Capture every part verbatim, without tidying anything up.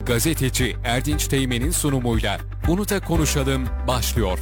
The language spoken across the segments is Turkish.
gazeteci Erdinç Teğmen'in sunumuyla Bunu da Konuşalım başlıyor.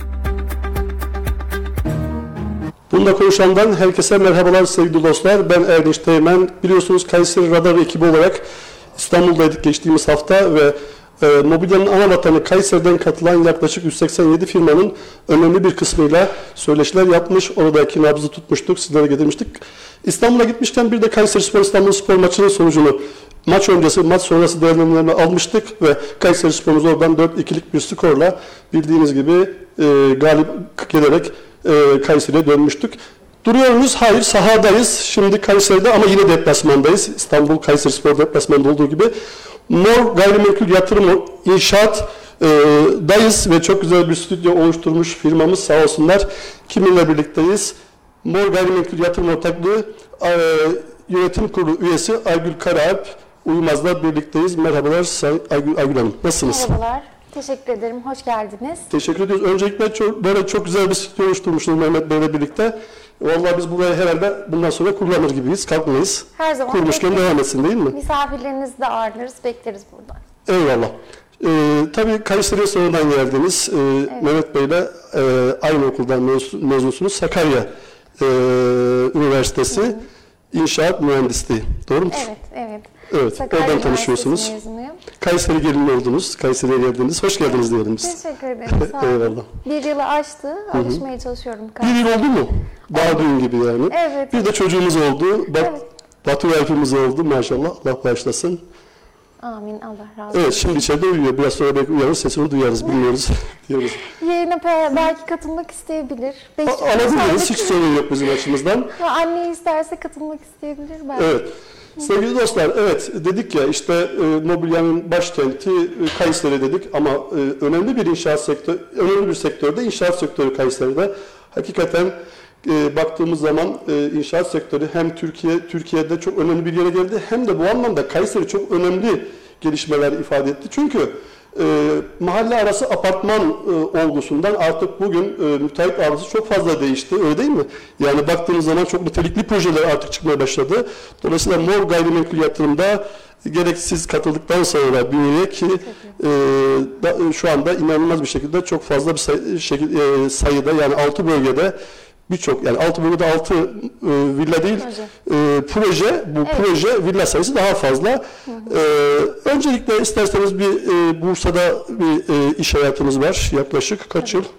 Bunda Konuşan'dan herkese merhabalar sevgili dostlar. Ben Erdinç Teğmen. Biliyorsunuz Kayseri Radar ekibi olarak İstanbul'daydık geçtiğimiz hafta ve e, mobilyanın ana vatanı Kayseri'den katılan yaklaşık yüz seksen yedi firmanın önemli bir kısmıyla söyleşiler yapmış. Oradaki nabzı tutmuştuk, sizlere getirmiştik. İstanbul'a gitmişken bir de Kayserispor İstanbulspor maçının sonucunu maç öncesi, maç sonrası değerlendirmelerini almıştık ve Kayserispor'umuz oradan dört ikilik bir skorla bildiğiniz gibi e, galip gelerek e, Kayseri'ye dönmüştük. Duruyoruz, hayır sahadayız. Şimdi Kayseri'de ama yine deplasmandayız. İstanbul Kayserispor deplasmanda olduğu gibi. Mor Gayrimenkul Yatırım İnşaat e, dayız ve çok güzel bir stüdyo oluşturmuş firmamız sağ olsunlar. Kiminle birlikteyiz? Mor Gayrimenkul Yatırım Ortaklığı e, Yönetim Kurulu üyesi Aygül Karaalp Uyumaz'la birlikteyiz. Merhabalar Sayın Aygül, Aygül Hanım. Nasılsınız? Merhabalar. Teşekkür ederim. Hoş geldiniz. Teşekkür ediyoruz. Öncelikle çok, böyle çok güzel bir stüdyo oluşturmuşsunuz Mehmet Bey'le birlikte. Vallahi biz burayı herhalde bundan sonra kullanır gibiyiz. Kalkmayız. Her zaman kurmuşken bekleriz. devam etsin değil mi? Misafirlerinizi de ağırlarız. Bekleriz burada. Eyvallah. Ee, tabii Kayseri'ye sonradan geldiniz. Ee, evet. Mehmet Bey'le e, aynı okuldan mezun, mezunsunuz. Sakarya e, Üniversitesi Hı-hı. İnşaat Mühendisliği. Doğru mu? Evet, evet. Evet, Sakarya oradan tanışıyorsunuz. Mezunuyum. Kayseri gelini oldunuz. Kayseri'ye geldiniz. Hoş geldiniz diyelim biz. Teşekkür ederim. Sağ olun. Eyvallah. Bir yılı aştı. Alışmaya Hı-hı. çalışıyorum. Bir yıl oldu mu? Daha evet. Dün gibi yani. Evet. Bir de çocuğumuz oldu. Bat, evet. Batu Erpimiz oldu maşallah. Allah bağışlasın. Amin. Allah razı olsun. Evet, şimdi içeride uyuyor. Biraz sonra belki uyanır, sesini duyarız, bilmiyoruz. diyoruz. Yayına belki katılmak isteyebilir. Alabiliriz, hiç sorun yok bizim açımızdan. Ya anne isterse katılmak isteyebilir belki. Evet. Sevgili dostlar, evet dedik ya işte e, mobilyanın başkenti e, Kayseri dedik ama e, önemli bir inşaat sektörü, önemli bir sektörde inşaat sektörü Kayseri'de. Hakikaten e, baktığımız zaman e, inşaat sektörü hem Türkiye Türkiye'de çok önemli bir yere geldi hem de bu anlamda Kayseri çok önemli gelişmeler ifade etti. Çünkü e, mahalle arası apartman e, olgusundan artık bugün e, müteahhit ağırlığı çok fazla değişti, öyle değil mi? Yani baktığımız zaman çok nitelikli projeler artık çıkmaya başladı. Dolayısıyla Mor Gayrimenkul Yatırım'da gerek siz katıldıktan sonra bünyeye ki e, da, şu anda inanılmaz bir şekilde çok fazla bir say, şekil, e, sayıda yani altı bölgede birçok yani altı bölgede altı e, villa değil proje. E, proje bu evet. Proje villa sayısı daha fazla. Hı hı. E, öncelikle isterseniz bir e, Bursa'da bir e, iş hayatınız var yaklaşık kaç yıl?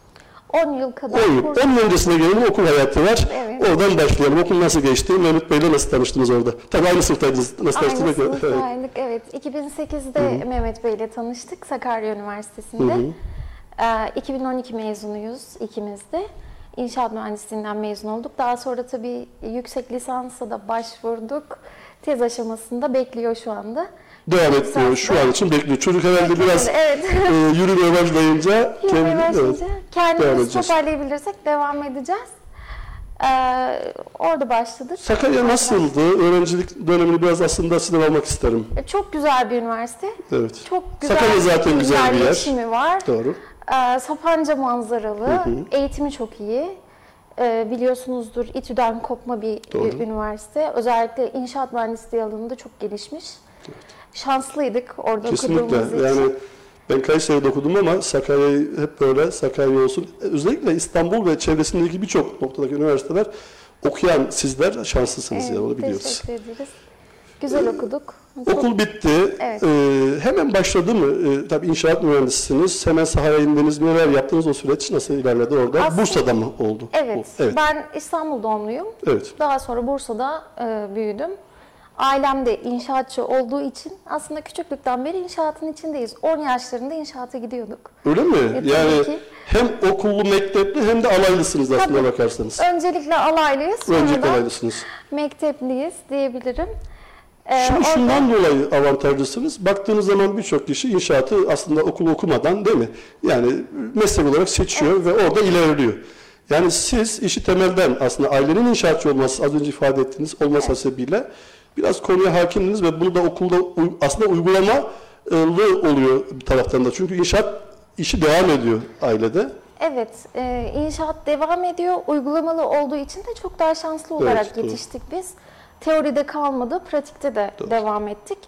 on yıl kadar. on yıl. on yıl öncesine gelelim okul hayatı var. Evet. Oradan başlayalım. Okul nasıl geçti? Mehmet Bey'le nasıl tanıştınız orada? Tabii aynı sınıftaydınız. Nasıl aynı tanıştınız? sınıftaydık evet. iki bin sekizde Hı-hı. Mehmet Bey'le tanıştık Sakarya Üniversitesi'nde. Ee, iki bin on iki mezunuyuz ikimiz de. İnşaat mühendisliğinden mezun olduk. Daha sonra tabii yüksek lisansa da başvurduk. Tez aşamasında bekliyor şu anda. Devam etmiyor. Şu an için bekliyor. Çocuk herhalde Bekledi, biraz evet. e, yürümeye başlayınca yürümeye başlayınca evet, kendimizi toparlayabilirsek devam edeceğiz. Ee, orada başladık. Sakarya nasıldı? Öğrencilik dönemini biraz aslında sizden almak isterim. Çok güzel bir üniversite. Evet. Çok güzel. Sakarya zaten güzel bir yer. Yerleşimi var. Doğru. Ee, Sapanca manzaralı. Hı hı. Eğitimi çok iyi. Ee, biliyorsunuzdur İTÜ'den kopma bir Doğru. üniversite. Özellikle inşaat mühendisliği alanında çok gelişmiş. Evet. Şanslıydık orada Kesinlikle. okuduğumuz için. Yani ben Kayseri'de okudum ama Sakarya'yı hep böyle Sakarya olsun. Özellikle İstanbul ve çevresindeki birçok noktadaki üniversiteler okuyan sizler şanslısınız evet, ya onu biliyoruz. Teşekkür ederiz. Güzel okuduk. Okul çok... bitti. Evet. Ee, hemen başladı mı? Ee, tabii inşaat mühendisisiniz. Hemen sahaya indiniz. Neler yaptınız? O süreç nasıl ilerledi orada? Aslında, Bursa'da mı oldu? Evet. evet. Ben İstanbul doğumluyum. Evet. Daha sonra Bursa'da e, büyüdüm. Ailem de inşaatçı olduğu için aslında küçüklükten beri inşaatın içindeyiz. on yaşlarında inşaata gidiyorduk. Öyle mi? E, yani ki. Hem okullu mektepli hem de alaylısınız aslında tabii, bakarsanız. Öncelikle alaylıyız. Öncelikle alaylısınız. Mektepliyiz diyebilirim. Ee, Şimdi orada... şundan dolayı avantajlısınız. Baktığınız zaman birçok kişi inşaatı aslında okul okumadan değil mi? Yani meslek olarak seçiyor evet. ve orada ilerliyor. Yani siz işi temelden aslında ailenin inşaatçı olması az önce ifade ettiğiniz olması evet. sebebiyle biraz konuya hakimdiniz ve bunu da okulda aslında uygulamalı oluyor bir taraftan da. Çünkü inşaat işi devam ediyor ailede. Evet, e, inşaat devam ediyor. Uygulamalı olduğu için de çok daha şanslı olarak evet, yetiştik doğru. biz. Teoride kalmadı, pratikte de doğru. devam ettik.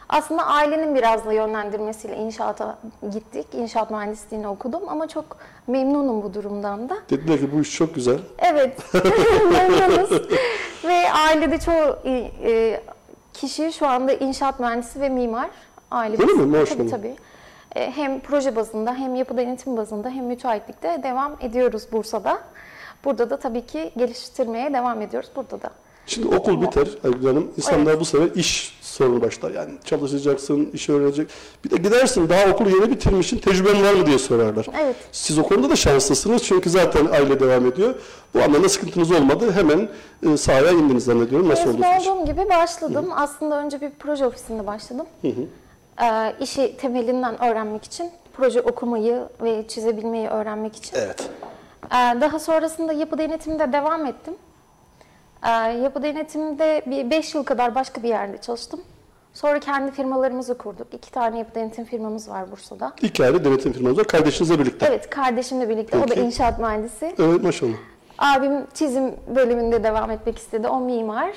Aslında ailenin biraz da yönlendirmesiyle inşaata gittik. İnşaat mühendisliğini okudum ama çok memnunum bu durumdan da. Dediler ki bu iş çok güzel. Evet, memnunuz. Ve ailede çoğu e, kişi şu anda inşaat mühendisi ve mimar. Ailemiz. Öyle mi? Maşallah. Tabii tabii. E, hem proje bazında hem yapı denetim bazında hem müteahhitlikte devam ediyoruz Bursa'da. Burada da tabii ki geliştirmeye devam ediyoruz burada da. Şimdi okul biter Aygül Hanım. İnsanlar evet. bu sefer iş sorunu başlar. Yani çalışacaksın, iş öğrenecek. Bir de gidersin daha okulu yeni bitirmişsin, tecrüben var mı diye sorarlar. Evet. Siz o konuda da şanslısınız çünkü zaten aile devam ediyor. Bu anlamda sıkıntınız olmadı. Hemen e, sahaya indiniz zannediyorum. Nasıl oldu? Mezun olduğum gibi başladım. Hı-hı. Aslında önce bir proje ofisinde başladım. Hı hı. Ee, işi temelinden öğrenmek için, proje okumayı ve çizebilmeyi öğrenmek için. Evet. Ee, daha sonrasında yapı denetiminde devam ettim. Ee, yapı denetiminde bir beş yıl kadar başka bir yerde çalıştım. Sonra kendi firmalarımızı kurduk. İki tane yapı denetim firmamız var Bursa'da. İki ayrı denetim firmamız var, kardeşinizle birlikte. Evet, kardeşimle birlikte. Peki. O da inşaat mühendisi. Evet, maşallah. Abim çizim bölümünde devam etmek istedi. O mimar.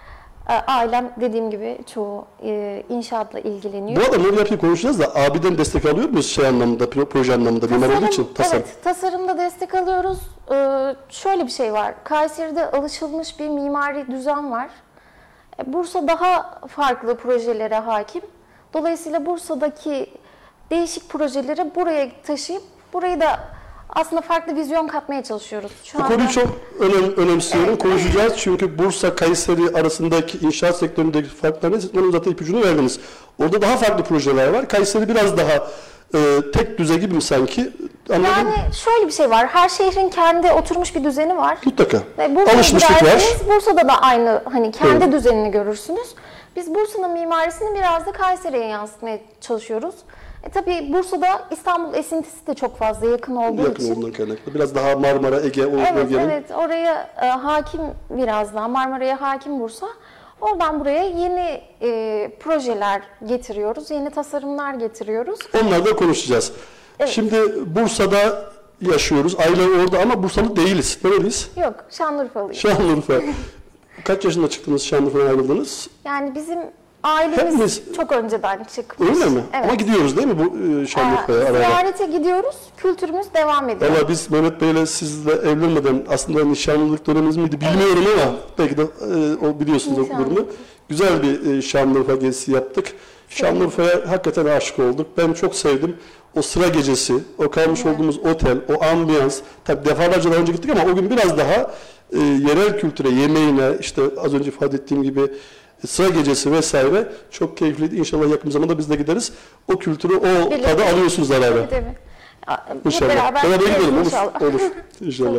Ailem dediğim gibi çoğu e, inşaatla ilgileniyor. Bu arada Nur Yapı'yı konuşacağız da abiden destek alıyor muyuz şey anlamında, proje anlamında, mimar olduğu için? Tasarım. Evet, tasarımda destek alıyoruz. Ee, şöyle bir şey var, Kayseri'de alışılmış bir mimari düzen var. E, Bursa daha farklı projelere hakim. Dolayısıyla Bursa'daki değişik projeleri buraya taşıyıp, burayı da aslında farklı vizyon katmaya çalışıyoruz. Şu Bu konuyu anda... çok önem, önemsiyorum. Evet. Konuşacağız çünkü Bursa, Kayseri arasındaki inşaat sektöründeki farklarını onun zaten ipucunu verdiniz. Orada daha farklı projeler var. Kayseri biraz daha e, tek düze gibi mi sanki? Anladın yani mı? şöyle bir şey var. Her şehrin kendi oturmuş bir düzeni var. Mutlaka. Alışmışlık var. Bursa'da da aynı hani kendi evet. düzenini görürsünüz. Biz Bursa'nın mimarisini biraz da Kayseri'ye yansıtmaya çalışıyoruz. E tabii Bursa'da İstanbul esintisi de çok fazla yakın olduğu yakın için. Yakın olduğundan kaynaklı. Biraz daha Marmara, Ege o evet, bölgenin. Evet, oraya e, hakim biraz daha. Marmara'ya hakim Bursa. Oradan buraya yeni e, projeler getiriyoruz, yeni tasarımlar getiriyoruz. Onlarla konuşacağız. Evet. Şimdi Bursa'da yaşıyoruz, aile orada ama Bursalı değiliz. Nereliyiz? Yok, Şanlıurfalıyız. Şanlıurfa. Kaç yaşında çıktınız Şanlıurfa'dan ayrıldınız? Yani bizim ailemiz Hepimiz... çok önceden çıkmış. Öyle mi? Evet. Ama gidiyoruz değil mi bu Şanlıurfa'ya? Ee, ziyarete gidiyoruz, kültürümüz devam ediyor. Valla biz Mehmet Bey'le sizle evlenmeden aslında nişanlılık dönemimiz miydi bilmiyorum evet. ama belki de e, o biliyorsunuz o durumu. Güzel bir e, Şanlıurfa gezisi yaptık. Şanlıurfa'ya hakikaten aşık olduk. Ben çok sevdim. O sıra gecesi, o kalmış evet. olduğumuz otel, o ambiyans. Tabii defalarca daha önce gittik ama o gün biraz daha e, yerel kültüre, yemeğine, işte az önce ifade ettiğim gibi sıra gecesi vesaire çok keyifliydi. İnşallah yakın zamanda biz de gideriz. O kültürü, o Birlikte. tadı alıyorsunuz beraber. Evet, evet. İnşallah. Beraber, beraber gidelim. Olur. İnşallah. Olur. İnşallah.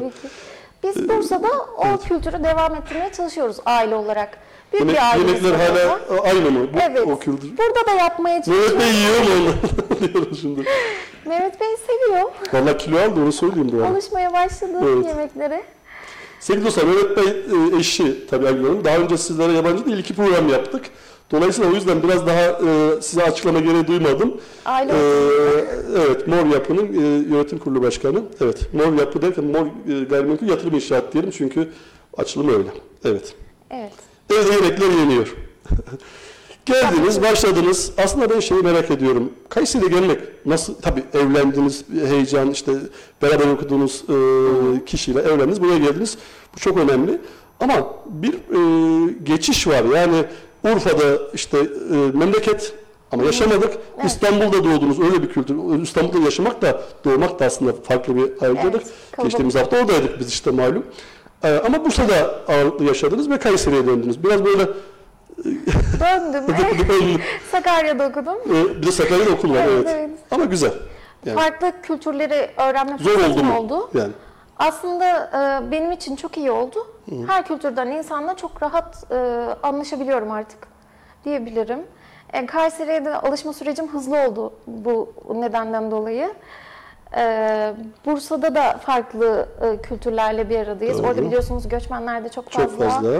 Biz Bursa'da o evet. kültürü devam ettirmeye çalışıyoruz aile olarak. Büyük Yemek, bir aile yemekler hala aynı mı? Bu, evet. O kültür. Burada da yapmaya çalışıyoruz. Mehmet Bey yiyor mu onu? Diyoruz şimdi. Mehmet Bey seviyor. Valla kilo aldı onu söyleyeyim bu arada. Alışmaya başladı evet. yemeklere. Sevgili dostlar, Mehmet Bey eşi tabii Aygül Hanım. Daha önce sizlere yabancı değil iki program yaptık. Dolayısıyla o yüzden biraz daha e, size açıklama gereği duymadım. Aile ee, Evet, Mor Yapı'nın e, yönetim kurulu başkanı. Evet, Mor Yapı derken Mor e, Gayrimenkul Yatırım İnşaat diyelim çünkü açılımı öyle. Evet. Evet. Evde yemekler yeniyor. Geldiniz, başladınız. Aslında ben şeyi merak ediyorum. Kayseri'ye gelmek nasıl? Tabii evlendiniz, heyecan, işte beraber okuduğunuz e, kişiyle evlendiniz, buraya geldiniz. Bu çok önemli. Ama bir e, geçiş var. Yani Urfa'da işte e, memleket ama yaşamadık. Evet. İstanbul'da doğdunuz, öyle bir kültür. İstanbul'da yaşamak da, doğmak da aslında farklı bir ayrıcalık. Evet, geçtiğimiz hafta oradaydık biz işte malum. E, ama Bursa'da ağırlıklı yaşadınız ve Kayseri'ye döndünüz. Biraz böyle Döndüm. Sakarya'da okudum. Ee, bir de Sakarya'da okul var, evet, evet. evet. Ama güzel. Yani. Farklı kültürleri öğrenme fırsatım oldu. oldu. Yani. Aslında e, benim için çok iyi oldu. Hı. Her kültürden insanla çok rahat e, anlaşabiliyorum artık diyebilirim. E, Kayseri'ye de alışma sürecim hızlı oldu bu nedenden dolayı. E, Bursa'da da farklı e, kültürlerle bir aradayız. Doğru. Orada biliyorsunuz göçmenler de çok fazla. Çok fazla.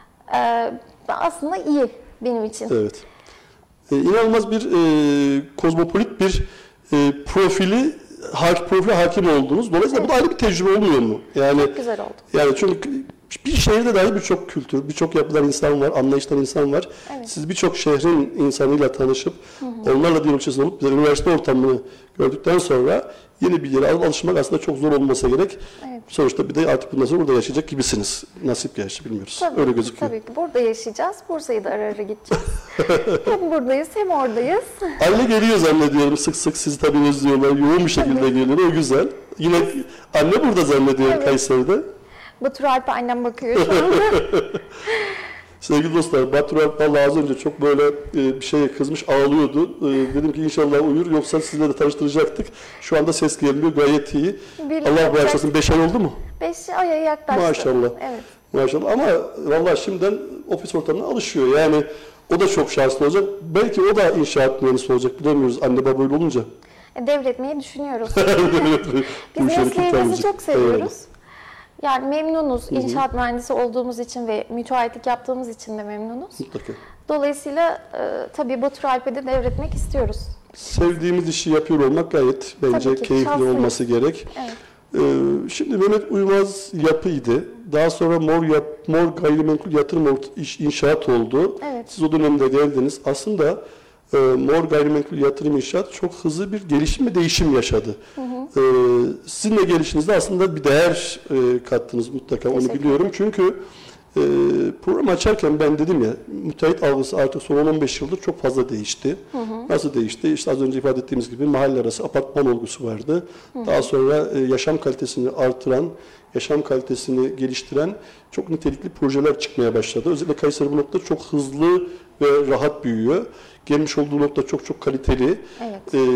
E, aslında iyi benim için. Evet. E, inanılmaz bir e, kozmopolit bir e, profili hak, profile hakim oldunuz. Dolayısıyla evet. bu da ayrı bir tecrübe olmuyor mu? Yani, çok güzel oldu. Yani çünkü Bir şehirde dahi birçok kültür, birçok yapılan insan var, anlayıştan insan var. Evet. Siz birçok şehrin insanıyla tanışıp, hı hı. onlarla diyalog içerisinde olup, üniversite ortamını gördükten sonra yeni bir yere alışmak aslında çok zor olmasa gerek. Evet. Sonuçta bir de artık bundan sonra burada yaşayacak gibisiniz. Nasip gerçi bilmiyoruz. Tabii, öyle gözüküyor. Tabii ki burada yaşayacağız. Bursa'yı da ara ara gideceğiz. Hem buradayız hem oradayız. Anne geliyor zannediyorum. Sık sık sizi tabii özlüyorlar. Yoğun bir şekilde tabii. geliyor. O güzel. Yine anne burada zannediyorum evet. Kayseri'de. Batur Alp'e annem bakıyor şu anda. Sevgili dostlar, Batur Alp vallahi az önce çok böyle e, bir şeye kızmış, ağlıyordu. E, dedim ki inşallah uyur, yoksa sizle de tanıştıracaktık. Şu anda ses gelmiyor, gayet iyi. Birlikte Allah bağışlasın, beş ay oldu mu? Beş aya yaklaştı. Maşallah. Evet. Maşallah ama vallahi şimdiden ofis ortamına alışıyor. Yani o da çok şanslı olacak. Belki o da inşaat mühendisi olacak, bilemiyoruz anne baba öyle olunca. Devretmeyi düşünüyoruz. Biz mesleğimizi çok seviyoruz. Evet. Yani memnunuz. Hı-hı. İnşaat mühendisi olduğumuz için ve müteahhitlik yaptığımız için de memnunuz. Mutlaka. Dolayısıyla e, tabii Batur Alp'e de devretmek istiyoruz. Sevdiğimiz işi yapıyor olmak gayet bence keyifli şanslıyız. Olması gerek. Evet. Ee, şimdi Mehmet Uymaz yapıydı. Daha sonra Mor, yap, Mor Gayrimenkul Yatırım iş, İnşaat oldu. Evet. Siz o dönemde geldiniz. Aslında e, Mor Gayrimenkul Yatırım İnşaat çok hızlı bir gelişim ve değişim yaşadı. Hı hı. Ee, sizin de gelişinizde aslında bir değer e, kattınız mutlaka, onu biliyorum. Çünkü e, program açarken ben dedim ya, müteahhit algısı artık son on on beş yıldır çok fazla değişti. Hı hı. Nasıl değişti? İşte az önce ifade ettiğimiz gibi mahalle arası apartman olgusu vardı. Hı hı. Daha sonra e, yaşam kalitesini artıran, yaşam kalitesini geliştiren çok nitelikli projeler çıkmaya başladı. Özellikle Kayseri bu noktada çok hızlı ve rahat büyüyor. Gelmiş olduğu nokta çok çok kaliteli. Evet. Ee,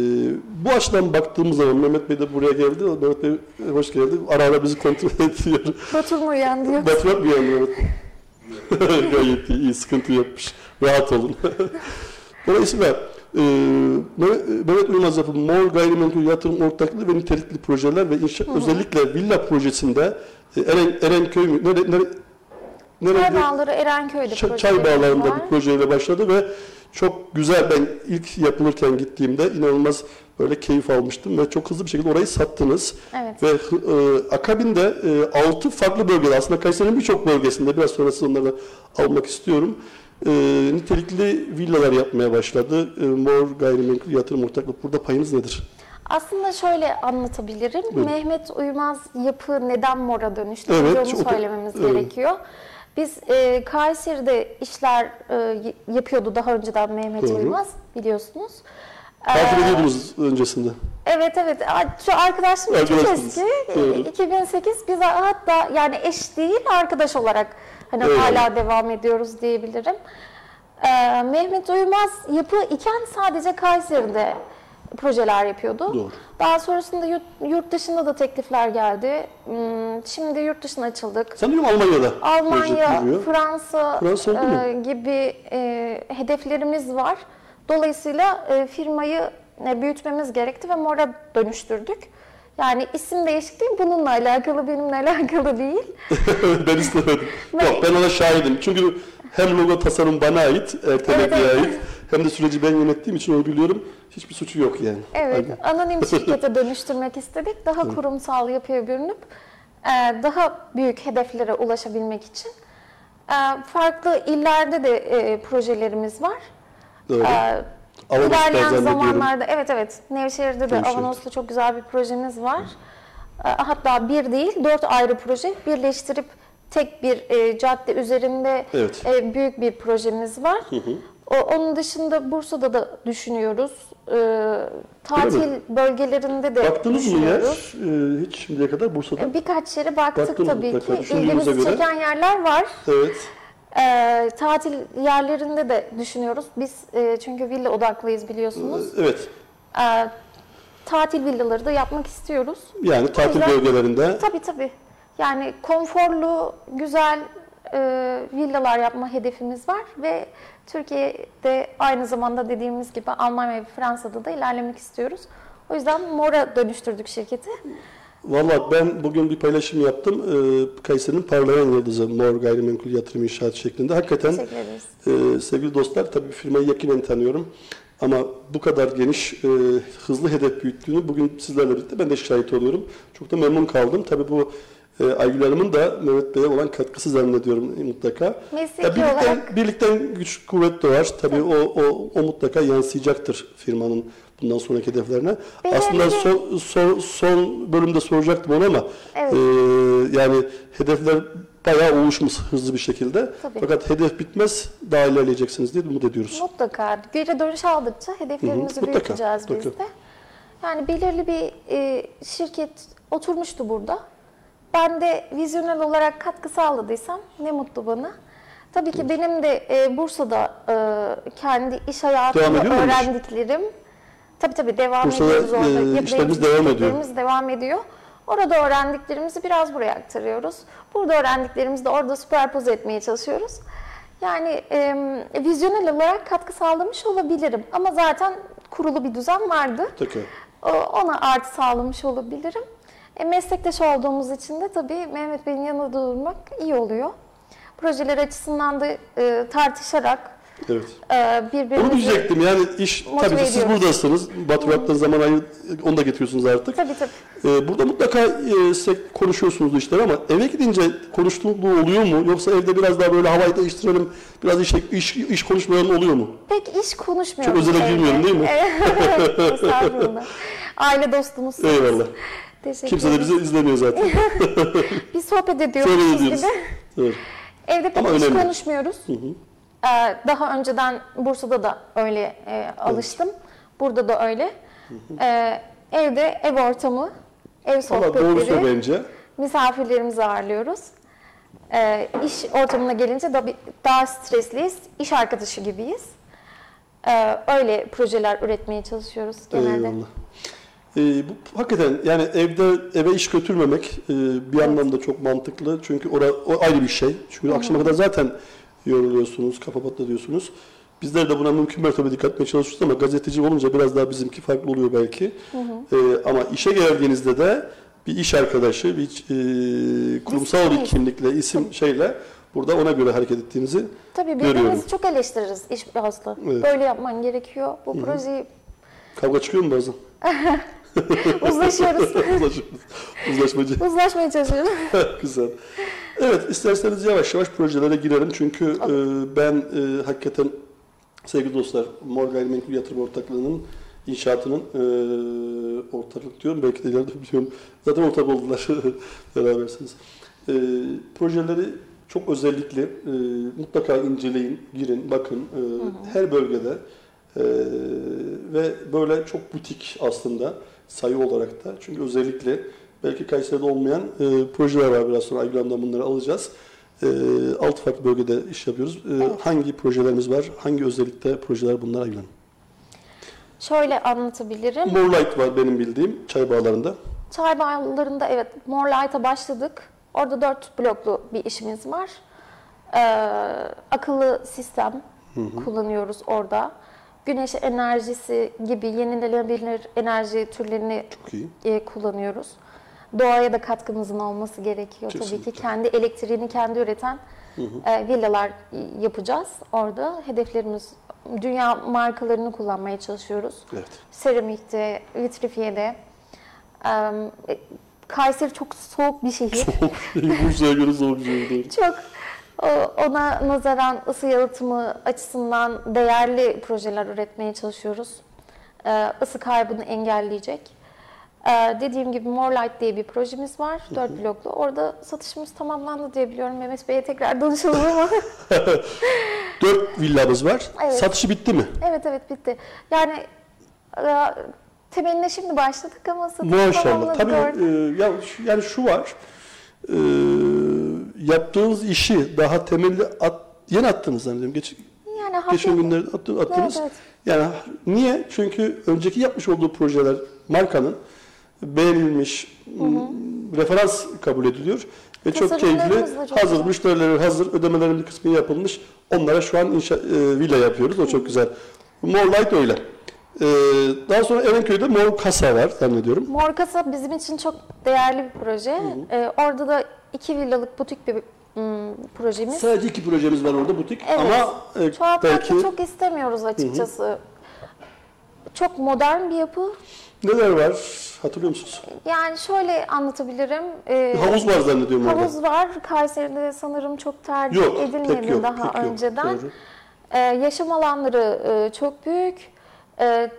bu açıdan baktığımız zaman Mehmet Bey de buraya geldi. Mehmet Bey hoş geldi. Ara ara bizi kontrol ediyor. Batur mu uyandı yoksa? Batur mu uyandı? Evet. Gayet iyi, iyi, sıkıntı yapmış. Rahat olun. Dolayısıyla e, Mehmet Uymaz Yapı, Mor Gayrimenkul Yatırım Ortaklığı ve nitelikli projeler ve inşa, hı hı. özellikle villa projesinde e, Eren, Erenköy mü? Nere, nere, Çay Bağları Erenköy'de Ç- Çay Bağları'nda bir projeyle başladı ve çok güzel, ben ilk yapılırken gittiğimde inanılmaz böyle keyif almıştım ve çok hızlı bir şekilde orayı sattınız. Evet. Ve e, akabinde e, altı farklı bölgede, aslında Kayseri'nin birçok bölgesinde, biraz sonra siz onları almak istiyorum, e, nitelikli villalar yapmaya başladı. E, Mor Gayrimenkul Yatırım Ortaklığı, burada payınız nedir? Aslında şöyle anlatabilirim. Evet. Mehmet Uymaz Yapı neden Mor'a dönüştü? Evet, onu söylememiz evet. gerekiyor. Biz e, Kayseri'de işler e, yapıyordu daha önceden Mehmet Hı-hı. Uymaz, biliyorsunuz. Takip ee, ediyordunuz öncesinde. Evet evet. Şu arkadaşım çok eski. Doğru. iki bin sekiz biz hatta yani eş değil arkadaş olarak hani evet. hala devam ediyoruz diyebilirim. Ee, Mehmet Uymaz Yapı iken sadece Kayseri'de projeler yapıyordu. Doğru. Daha sonrasında yurt, yurt dışında da teklifler geldi. Şimdi yurt dışına açıldık. Sanırım Almanya'da. Almanya, Fransa, Fransa e, gibi e, hedeflerimiz var. Dolayısıyla e, firmayı e, büyütmemiz gerekti ve Mor'a dönüştürdük. Yani isim değişikliği bununla alakalı, benimle alakalı değil. Ben istemedim. Yok, ben ona şahidim. Çünkü hem logo tasarım bana ait, Ertem evet, evet. ait. Hem de süreci ben yönettiğim için onu biliyorum. Hiçbir suçu yok yani. Evet, aynen. Anonim şirkete dönüştürmek istedik. Daha evet. kurumsal yapıya bürünüp daha büyük hedeflere ulaşabilmek için. Farklı illerde de projelerimiz var. Doğru. İlerleyen zamanlarda, evet evet, Nevşehir'de de Avanos'ta çok güzel bir projemiz var. Hatta bir değil, dört ayrı proje birleştirip tek bir cadde üzerinde evet. büyük bir projemiz var. Hı hı. Onun dışında Bursa'da da düşünüyoruz. Ee, tatil bölgelerinde de Baktınız düşünüyoruz. Baktınız mı yer? Ee, hiç şimdiye kadar Bursa'da? Birkaç yere baktık Baktınız tabii mutlaka. ki. İlgimizi göre. çeken yerler var. Evet. Ee, tatil yerlerinde de düşünüyoruz. Biz e, çünkü villa odaklıyız biliyorsunuz. Evet. Ee, tatil villaları da yapmak istiyoruz. Yani tatil yüzden, bölgelerinde. Tabii tabii. Yani konforlu, güzel e, villalar yapma hedefimiz var ve Türkiye'de aynı zamanda dediğimiz gibi Almanya ve Fransa'da da ilerlemek istiyoruz. O yüzden Mor'a dönüştürdük şirketi. Valla ben bugün bir paylaşım yaptım. Ee, Kayseri'nin parlayan yıldızı Mor Gayrimenkul Yatırım İnşaat şeklinde. Hakikaten e, sevgili dostlar, tabii firmayı yakinen tanıyorum. Ama bu kadar geniş, e, hızlı hedef büyüttüğünü bugün sizlerle birlikte ben de şahit oluyorum. Çok da memnun kaldım. Tabii bu E, Aygül Hanım'ın da Mehmet Bey'e olan katkısı zannediyorum mutlaka. Mesleki Ya birlikten, olarak. birlikten güç kuvvet doğar. Tabii o, o, o mutlaka yansıyacaktır firmanın bundan sonraki hedeflerine. Belirli Aslında bir- son, son, son bölümde soracaktım onu ama Evet. e, yani hedefler bayağı oluşmuş hızlı bir şekilde. Tabii. Fakat hedef bitmez, daha ilerleyeceksiniz diye umut ediyoruz. Mutlaka. Geri dönüş aldıkça hedeflerimizi Hı hı, mutlaka, büyüteceğiz biz mutlaka. de. Yani belirli bir e, şirket oturmuştu burada. Ben de vizyonel olarak katkı sağladıysam ne mutlu bana. Tabii ki benim de e, Bursa'da e, kendi iş Devam hayatımda ediyor muymuş? öğrendiklerim, tabii tabii devam Bursa'da, ediyoruz orada. e, Yapılan işlerimiz devam ediyor. şirketlerimiz devam ediyor. Orada öğrendiklerimizi biraz buraya aktarıyoruz. Burada öğrendiklerimizi de orada süperpoze etmeye çalışıyoruz. Yani e, vizyonel olarak katkı sağlamış olabilirim. Ama zaten kurulu bir düzen vardı. Mutlaka. O- Ona artı sağlamış olabilirim. E, meslektaş olduğumuz için de tabii Mehmet Bey'in yanında durmak iyi oluyor. Projeler açısından da e, tartışarak Evet. e, Onu birbirimizi... diyecektim yani iş Motive tabii ki siz ediyoruz. buradasınız. Batur yaptığın zaman ayı, onu da getiriyorsunuz artık. Tabii tabii. Ee, burada mutlaka e, size konuşuyorsunuz bu işleri ama eve gidince konuştuğu oluyor mu? Yoksa evde biraz daha böyle havayı değiştirelim, biraz iş, iş, iş konuşmaların oluyor mu? Pek iş konuşmuyoruz. Çok özele evde. girmiyorum değil mi? Evet. Estağfurullah. Aile dostumuzsunuz. Eyvallah. Teşekkür Kimse de ederim. bizi izlemiyor zaten. Biz sohbet ediyoruz Sohbet siz ediyoruz. gibi. Evet. Evde pek Ama iş önemli. konuşmuyoruz. Ee, daha önceden Bursa'da da öyle e, alıştım. Burada da öyle. Ee, evde ev ortamı, ev Valla doğrusu sohbetleri, bence. misafirlerimizi ağırlıyoruz. Ee, iş ortamına gelince da bir- daha stresliyiz. İş arkadaşı gibiyiz. Ee, öyle projeler üretmeye çalışıyoruz genelde. Eyvallah. Ee, bu hakikaten yani evde eve iş götürmemek e, bir anlamda çok mantıklı. Çünkü ora, o ayrı bir şey. Çünkü akşama kadar zaten yoruluyorsunuz, kafa patlatıyorsunuz. Bizler de buna mümkün mertebe dikkat etmeye çalışıyoruz ama gazeteci olunca biraz daha bizimki farklı oluyor belki. Hı hı. Ee, ama işe geldiğinizde de bir iş arkadaşı, bir e, kurumsal bir kimlikle, isim şeyle burada ona göre hareket ettiğinizi Tabii görüyorum. birbirimizi çok eleştiririz iş bazlı. Evet. Böyle yapman gerekiyor. Bu projeyi Kavga çıkıyor mu bazen? uzlaşıyoruz. Uzlaşıyoruz. Uzlaşmacı. Uzlaşmaya çalışıyoruz. Güzel. Evet, isterseniz yavaş yavaş projelere girelim. Çünkü e, ben e, hakikaten sevgili dostlar, Mor Gayrimenkul Yatırım Ortaklığı'nın inşaatının e, ortaklık diyorum, belki de ileride biliyorum. Zaten ortak oldular berabersiniz. E, projeleri çok özellikle e, mutlaka inceleyin, girin, bakın. E, hı hı. Her bölgede e, ve böyle çok butik aslında sayı olarak da. Çünkü özellikle belki Kayseri'de olmayan e, projeler var, biraz sonra Aygül Hanım'dan bunları alacağız. E, altı farklı bölgede iş yapıyoruz. E, Evet. Hangi projelerimiz var? Hangi özellikte projeler bunlar Aygül Hanım? Şöyle anlatabilirim. Morlight var benim bildiğim çay bağlarında. Çay bağlarında evet Morlight'a başladık. Orada dört bloklu bir işimiz var. Ee, akıllı sistem hı hı. kullanıyoruz orada. Güneş enerjisi gibi yenilenebilir enerji türlerini Çok iyi. E, kullanıyoruz. Doğaya da katkımızın olması gerekiyor. Kesinlikle. Tabii ki kendi elektriğini kendi üreten hı hı. E, villalar yapacağız orada. Hedeflerimiz dünya markalarını kullanmaya çalışıyoruz. Evet. Seramikte, vitrifiyede. E, Kayseri çok soğuk bir şehir. Bursa'ya göre soğuk bir şey değil. Çok o- ona nazaran ısı yalıtımı açısından değerli projeler üretmeye çalışıyoruz. Ee, ısı kaybını engelleyecek. Ee, dediğim gibi Morlight diye bir projemiz var. Dört bloklu. Orada satışımız tamamlandı diye biliyorum. Mehmet Bey'e tekrar danışalım ama. Dört villamız var. Evet. Satışı bitti mi? Evet evet bitti. Yani e, temeline şimdi başladık ama satış Maşallah. tamamladık Tabii orada. e, ya, şu- yani şu var. E, yaptığınız işi daha temelli at, yeni attınız zannediyorum. Geç, Yani hafif- geçen günlerde attı- attınız. Evet, evet. Yani niye? Çünkü önceki yapmış olduğu projeler markanın beğenilmiş, m, referans kabul ediliyor ve çok Tasarımlarımız keyifli, da çok hazır, güzel. müşterileri hazır, ödemelerin bir kısmı yapılmış. Onlara şu an inşa, e, villa yapıyoruz. O çok güzel. Morlight öyle. E, daha sonra Erenköy'de Mor Kasa var zannediyorum. Mor Kasa bizim için çok değerli bir proje. Ee, orada da iki villalık butik bir ım, projemiz. Sadece iki projemiz var orada butik Evet. ama e, Çoğaltmak belki da çok istemiyoruz açıkçası. çok modern bir yapı. Neler var? Hatırlıyor musunuz? Yani şöyle anlatabilirim. Ee, Havuz var zannediyorum orada. Havuz var. Kayseri'de sanırım çok tercih Yok, edilmedi pek yok, daha pek yok. önceden. Doğru. Ee, yaşam alanları e, çok büyük. Ee,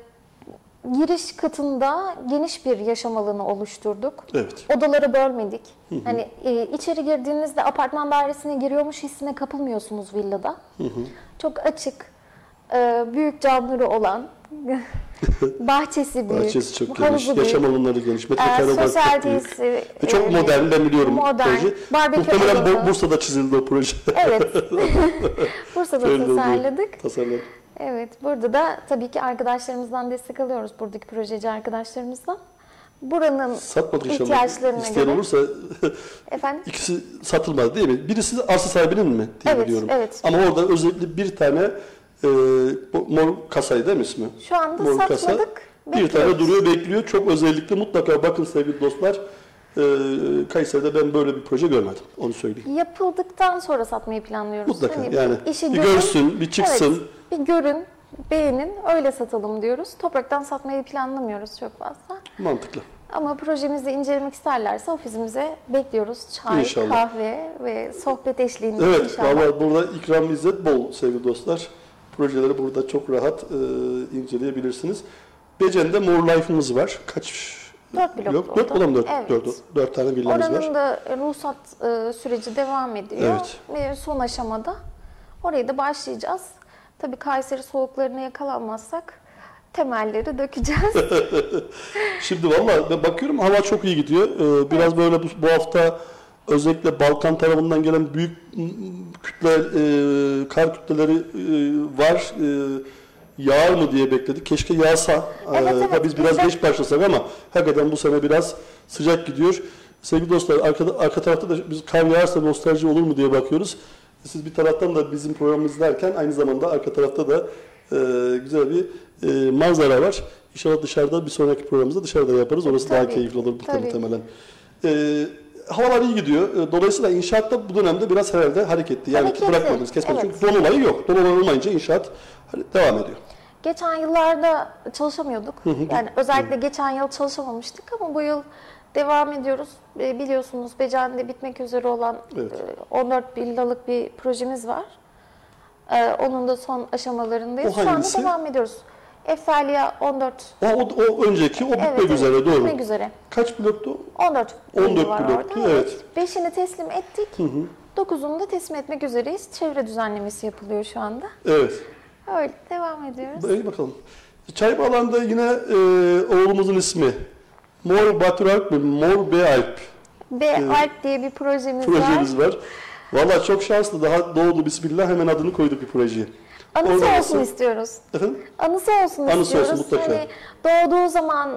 giriş katında geniş bir yaşam alanı oluşturduk. Evet. Odaları bölmedik. Hı hı. Hani e, içeri girdiğinizde apartman dairesine giriyormuş hissine kapılmıyorsunuz villada. Hı hı. Çok açık, e, büyük camları olan, bahçesi büyük, Bahçesi çok geniş, havuzu büyük. Yaşam alanları geniş, metrekare Ee, olarak sosyal çok büyük. tesisi, Ve çok e, modern, ben biliyorum modern, proje. barbekü Muhtemelen alanı. Bu- Bursa'da çizildi o proje. Evet, Bursa'da Öyle oldu. tasarladık. Tasarladık. Evet, burada da tabii ki arkadaşlarımızdan destek alıyoruz, buradaki projeci arkadaşlarımızdan. Buranın Satmadık inşallah. ihtiyaçlarına İsteyen göre. olursa Efendim? ikisi satılmaz değil mi? Birisi arsa sahibinin mi diye Evet, biliyorum. evet. Ama orada özellikle bir tane e, mor kasayı değil mi ismi? Şu anda Mor kasa. satmadık. Bir bekliyoruz. tane duruyor, bekliyor. Çok özellikle mutlaka bakın sevgili dostlar. E, Kayseri'de ben böyle bir proje görmedim. Onu söyleyeyim. Yapıldıktan sonra satmayı planlıyoruz. Mutlaka Hani yani işi bir görün, görsün, bir çıksın. Evet, bir görün, beğenin, öyle satalım diyoruz. Topraktan satmayı planlamıyoruz çok fazla. Mantıklı. Ama projemizi incelemek isterlerse ofisimize bekliyoruz. Çay, İnşallah. kahve ve sohbet eşliğinde Evet, inşallah. valla burada ikram izzet bol sevgili dostlar. Projeleri burada çok rahat e, inceleyebilirsiniz. Becen'de More Life'ımız var. Kaç? Dört blok Yok, dört oldu. blok mu? Dört, Evet. dört, dört tane villamız Oranın var. da ruhsat e, süreci devam ediyor. Evet. Ve son aşamada oraya da başlayacağız. Tabii Kayseri soğuklarına yakalanmazsak temelleri dökeceğiz. Şimdi valla ben bakıyorum hava çok iyi gidiyor. Ee, biraz böyle bu, bu hafta özellikle Balkan tarafından gelen büyük m, kütle, e, kar kütleleri e, var. E, yağar mı diye bekledik. Keşke yağsa. Evet, Ee, evet. Biz biraz Biz de- geç başlasak ama hakikaten bu sene biraz sıcak gidiyor. Sevgili dostlar arka, arka tarafta da biz kar yağarsa nostalji olur mu diye bakıyoruz. Siz bir taraftan da bizim programımızı izlerken aynı zamanda arka tarafta da e, güzel bir e, manzara var. İnşallah dışarıda bir sonraki programımızda dışarıda yaparız. Orası daha Tabii, keyifli olur tabii. muhtemelen. E, havalar iyi gidiyor. E, Dolayısıyla inşaatta bu dönemde biraz herhalde hareketli. Yani Hareketli, bırakmadınız, kesmediniz. evet. Çünkü don olayı yok. Don olayı olmayınca inşaat hani devam ediyor. Geçen yıllarda çalışamıyorduk. Yani özellikle geçen yıl çalışamamıştık ama bu yıl devam ediyoruz. E, Biliyorsunuz Becen'de bitmek üzere olan Evet. e, on dört villalık bir projemiz var. E, Onun da son aşamalarındayız. O Şu anda hangisi? devam ediyoruz. Efsalia on dört. O, o, o önceki, o bitmek Evet, üzere evet, doğru. bitmek üzere. Kaç bloktu? on dört, on dört var bloktu, orada. evet. beşini teslim ettik. dokuzunu da teslim etmek üzereyiz. Çevre düzenlemesi yapılıyor şu anda. Evet. Öyle devam ediyoruz. İyi bakalım. Çaybağlar'da yine e, oğlumuzun ismi. Mor Baturalp mi? Mor B Alp B Alp diye bir projemiz, projemiz var. var. Valla çok şanslı. Daha doğdu bismillah hemen adını koyduk bir projeye. Anısı Orada olsun nasıl- istiyoruz. Efendim? Anısı olsun Anısı istiyoruz. olsun, mutlaka. Hani doğduğu zaman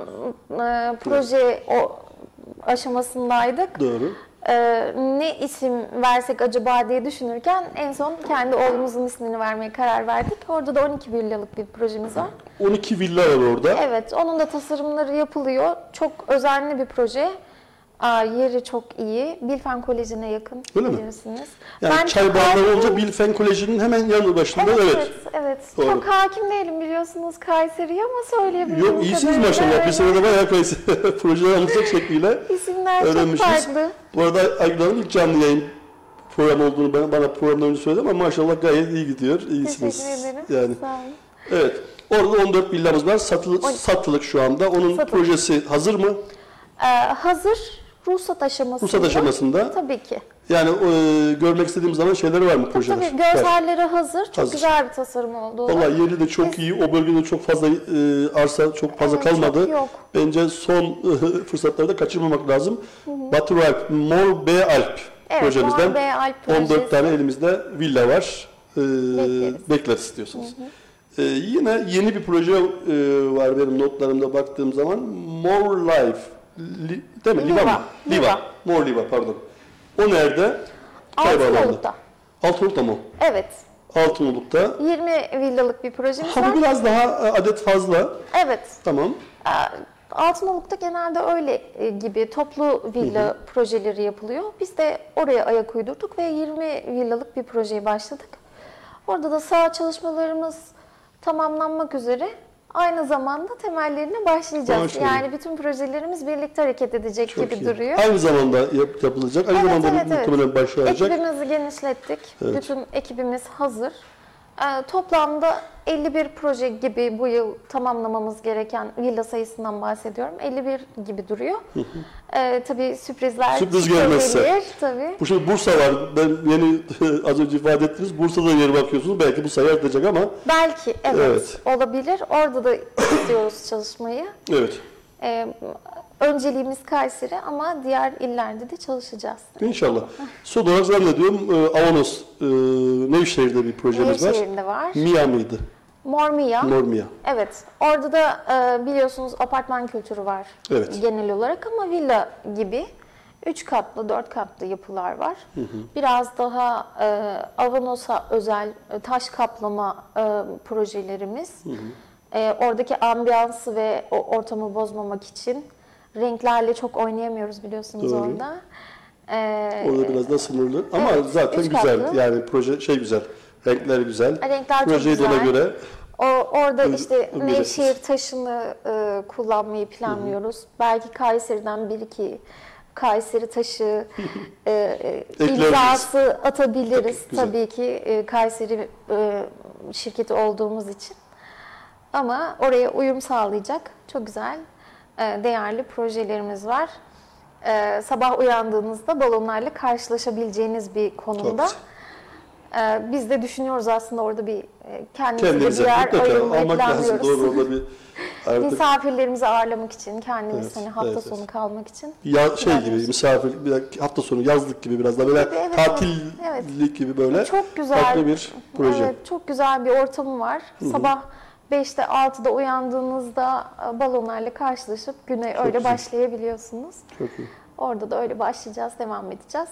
e, proje o aşamasındaydık. Doğru. E, ne isim versek acaba diye düşünürken en son kendi oğlumuzun ismini vermeye karar verdik. Orada da on iki villalık bir projemiz var. on iki villa var orada. Evet, onun da tasarımları yapılıyor. Çok özenli bir proje. Aa, yeri çok iyi. Bilfen Koleji'ne yakın, Öyle mi? bilirsiniz. Yani Ben Çaybağlar hakim- olunca Bilfen Koleji'nin hemen yanı başında. Evet, Evet. evet, evet. Doğru. Çok hakim değilim biliyorsunuz Kayseri'ye ama söyleyebilirim. Yok iyisiniz maşallah. Bir senede bayağı kayısı projeler alacak şekliyle İsimler çok öğrenmişsiniz. farklı. Bu arada Aygül Hanım ilk canlı yayın program olduğunu bana, bana programdan önce söyledi ama maşallah gayet iyi gidiyor. İyisiniz. Teşekkür ederim. Yani. Sağ olun. Evet. Orada on dört villamız var. Satılı, On- satılık şu anda. Onun Satılık. projesi hazır mı? Ee, hazır ruhsat aşamasında. Ruhsat aşamasında. Tabii ki. Yani e, görmek istediğim zaman şeyleri var mı projeler? Tabii görselleri hazır. Çok Hazır. güzel bir tasarım oldu. Vallahi yeri de çok Biz- iyi. O bölgede çok fazla e, arsa çok fazla Evet, kalmadı. çok yok. Bence son fırsatları da kaçırmamak lazım. Batur Alp, Mor B Alp Evet, projemizden Mor B Alp on dört projesi. tane elimizde villa var. E, Bekleriz. bekleriz istiyorsanız. E, yine yeni bir proje e, var benim notlarımda baktığım zaman. More Life. Li, değil mi? Liva. Liva. mı? Liva. Liva. Mor Liva pardon. O nerede? Çaybarlar'da. Altınoluk'ta. Altınoluk'ta mı? Evet. Altınoluk'ta. yirmi villalık bir projemiz Ha var. bu biraz daha e, adet fazla. Evet. Tamam. Ee, Altınoluk'ta genelde öyle e, gibi toplu villa projeleri yapılıyor. Biz de oraya ayak uydurduk ve yirmi villalık bir projeye başladık. Orada da saha çalışmalarımız tamamlanmak üzere. aynı zamanda temellerine başlayacağız. Başlayalım. Yani bütün projelerimiz birlikte hareket edecek Çok gibi iyi. duruyor. Aynı zamanda yap, yapılacak, aynı Evet, zamanda evet, evet. muhtemelen başlayacak. Ekibimizi genişlettik. Evet. Bütün ekibimiz hazır. Ee, toplamda elli bir proje gibi bu yıl tamamlamamız gereken villa sayısından bahsediyorum. elli bir gibi duruyor. Ee, tabii sürprizler Sürpriz gelmezse. çıkabilir, tabii. Bu şimdi Bursa var. Ben yeni az önce ifade ettiniz. Bursa'da yer bakıyorsunuz. Belki bu sayı artacak ama. Belki evet, Evet. olabilir. Orada da istiyoruz çalışmayı. Evet. Ee, önceliğimiz Kayseri ama diğer illerde de çalışacağız. İnşallah. Son olarak zannediyorum e, Avanos, e, Nevşehir'de bir projemiz var. Nevşehir'de var. Mia mıydı? Mormia. Mor Mia. Evet. Orada da e, biliyorsunuz apartman kültürü var Evet. genel olarak ama villa gibi üç katlı, dört katlı yapılar var. Hı hı. Biraz daha e, Avanos'a özel e, taş kaplama e, projelerimiz. Hı hı. E, oradaki ambiyansı ve o ortamı bozmamak için renklerle çok oynayamıyoruz biliyorsunuz Doğru. orada. E, Orada biraz da sınırlı ama evet, zaten üç güzel. katlı. Yani proje şey güzel. Renkler güzel. Renkler çok Projeyi de ona güzel. göre O, orada Hı- işte hı- Nevşehir taşını e, kullanmayı planlıyoruz. Belki Kayseri'den bir iki Kayseri taşı e, e, Ekleyebiliriz. imzası atabiliriz. Güzel. Tabii ki e, Kayseri e, şirketi olduğumuz için. Ama oraya uyum sağlayacak çok güzel, e, değerli projelerimiz var. E, sabah uyandığınızda balonlarla karşılaşabileceğiniz bir konumda. Çok Ee, Biz de düşünüyoruz aslında orada bir e, kendimize bir kendinize yer mutlaka ayırmayı almak lazım. planlıyoruz. Doğru orada bir artık Misafirlerimizi ağırlamak için, kendimiz Evet, hani hafta evet, sonu evet. kalmak için. ya, şey gibi Planlıyoruz. misafir, bir hafta sonu yazlık gibi biraz da böyle Evet, evet, tatillik evet. gibi böyle Çok güzel. farklı bir proje. Evet, çok güzel bir ortamı var. Sabah beşte altıda uyandığınızda e, balonlarla karşılaşıp güne öyle güzel. başlayabiliyorsunuz. Çok iyi. Orada da öyle başlayacağız, devam edeceğiz.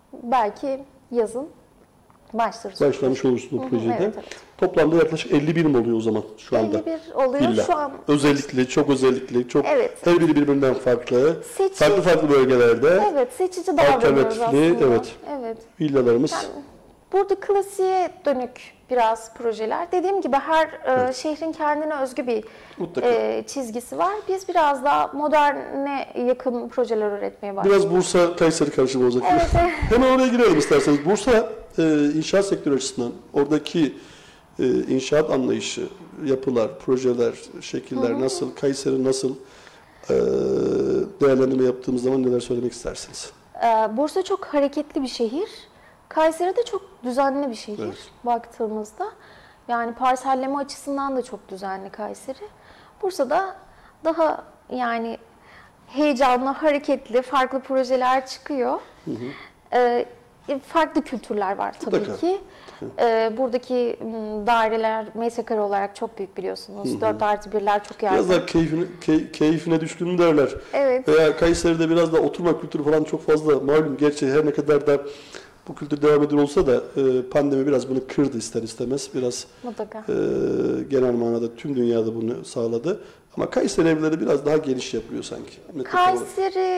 Belki yazın başlarız. Başlamış olursun o Hı hı, projede. evet, evet. Toplamda yaklaşık elli bin mi oluyor o zaman şu anda? elli bir oluyor Villa. şu an. Özellikle, çok özellikle, çok Evet. her biri birbirinden farklı. Seçim- Farklı farklı bölgelerde Evet, seçici davranıyoruz alternatifli, aslında. evet. Evet. villalarımız. Yani burada klasiğe dönük biraz projeler. Dediğim gibi her e, şehrin kendine özgü bir Mutlaka. e, çizgisi var. Biz biraz daha moderne yakın projeler üretmeye başlıyoruz. Biraz Bursa Kayseri karışımı olacak. Evet, evet. Hemen oraya girelim isterseniz. Bursa e, inşaat sektörü açısından oradaki e, inşaat anlayışı, yapılar, projeler, şekiller nasıl, Kayseri nasıl e, değerlendirme yaptığımız zaman neler söylemek istersiniz? E, Bursa çok hareketli bir şehir. Kayseri de çok düzenli bir şehir Evet. baktığımızda. Yani parselleme açısından da çok düzenli Kayseri. Bursa'da daha yani heyecanlı, hareketli, farklı projeler çıkıyor. Hı hı. E, farklı kültürler var tabii Mutlaka. ki. E, buradaki m, daireler metrekare olarak çok büyük biliyorsunuz. dört artı birler çok yaygın. Biraz daha keyfine, key- keyfine düşkün derler. Evet. Veya Kayseri'de biraz da oturma kültürü falan çok fazla malum. Gerçi her ne kadar da bu kültür devam ediyor olsa da e, pandemi biraz bunu kırdı ister istemez. Biraz Mutlaka. e, genel manada tüm dünyada bunu sağladı. Ama Kayseri evleri biraz daha geniş yapıyor sanki. Metrekare olarak.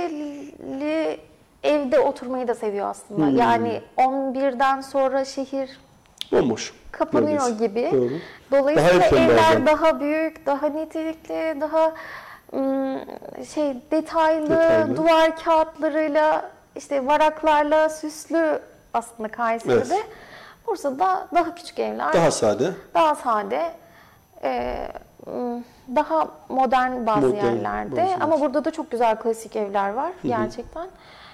Kayserili evde oturmayı da seviyor aslında. Hmm. Yani on birden sonra şehir Bomboş. kapanıyor neredeyse. gibi. Doğru. Dolayısıyla Daha erken evler bazen. daha büyük, daha nitelikli, daha ım, şey detaylı, Detaylı. duvar kağıtlarıyla, işte varaklarla süslü aslında Kayseri'de. Evet. Bursa'da daha küçük evler, Daha sade. daha sade, e, ım, daha modern bazı Modern, yerlerde. bazı Ama yer. burada da çok güzel klasik evler var gerçekten.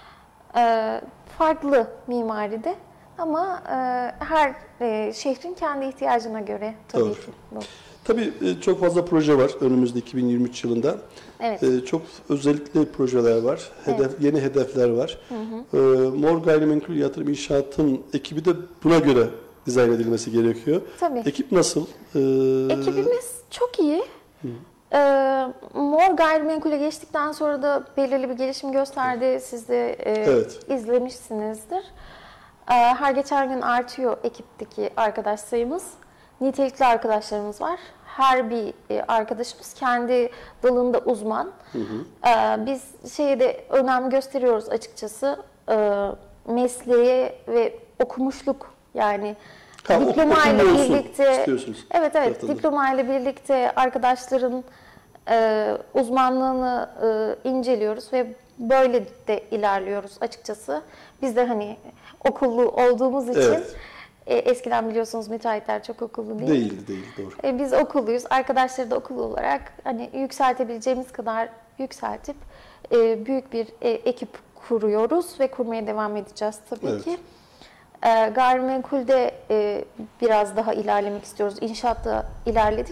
E, farklı mimaride. Ama e, her e, şehrin kendi ihtiyacına göre tabii Doğru. ki bu. Tabii e, çok fazla proje var önümüzde iki bin yirmi üç yılında. Evet. E, Çok özellikle projeler var. Hedef, Yeni hedefler var. E, Mor Gayrimenkul Yatırım İnşaat'ın ekibi de buna göre dizayn edilmesi gerekiyor. Tabii. Ekip nasıl? E, Ekibimiz çok iyi. Ee, Mor Gayrimenkul'e geçtikten sonra da belirli bir gelişim gösterdi. Siz de e, Evet. izlemişsinizdir. Ee, her geçen gün artıyor ekipteki arkadaş sayımız. Nitelikli arkadaşlarımız var. Her bir e, arkadaşımız kendi dalında uzman. Ee, biz şeye de önem gösteriyoruz açıkçası. Ee, mesleğe ve okumuşluk, yani Ha, diplomayla okullu olsun birlikte istiyorsunuz. evet evet Taraftarlar. diplomayla birlikte arkadaşların e, uzmanlığını e, inceliyoruz ve böyle de ilerliyoruz açıkçası. Biz de hani okullu olduğumuz için Evet. e, eskiden biliyorsunuz müteahhitler çok okullu değil. Değildi, değil, doğru. E, biz okulluyuz. Arkadaşları da okullu olarak hani yükseltebileceğimiz kadar yükseltip e, büyük bir e, ekip kuruyoruz ve kurmaya devam edeceğiz tabii Evet. ki. E, gayrimenkulde e, biraz daha ilerlemek istiyoruz. İnşaatta ilerledik.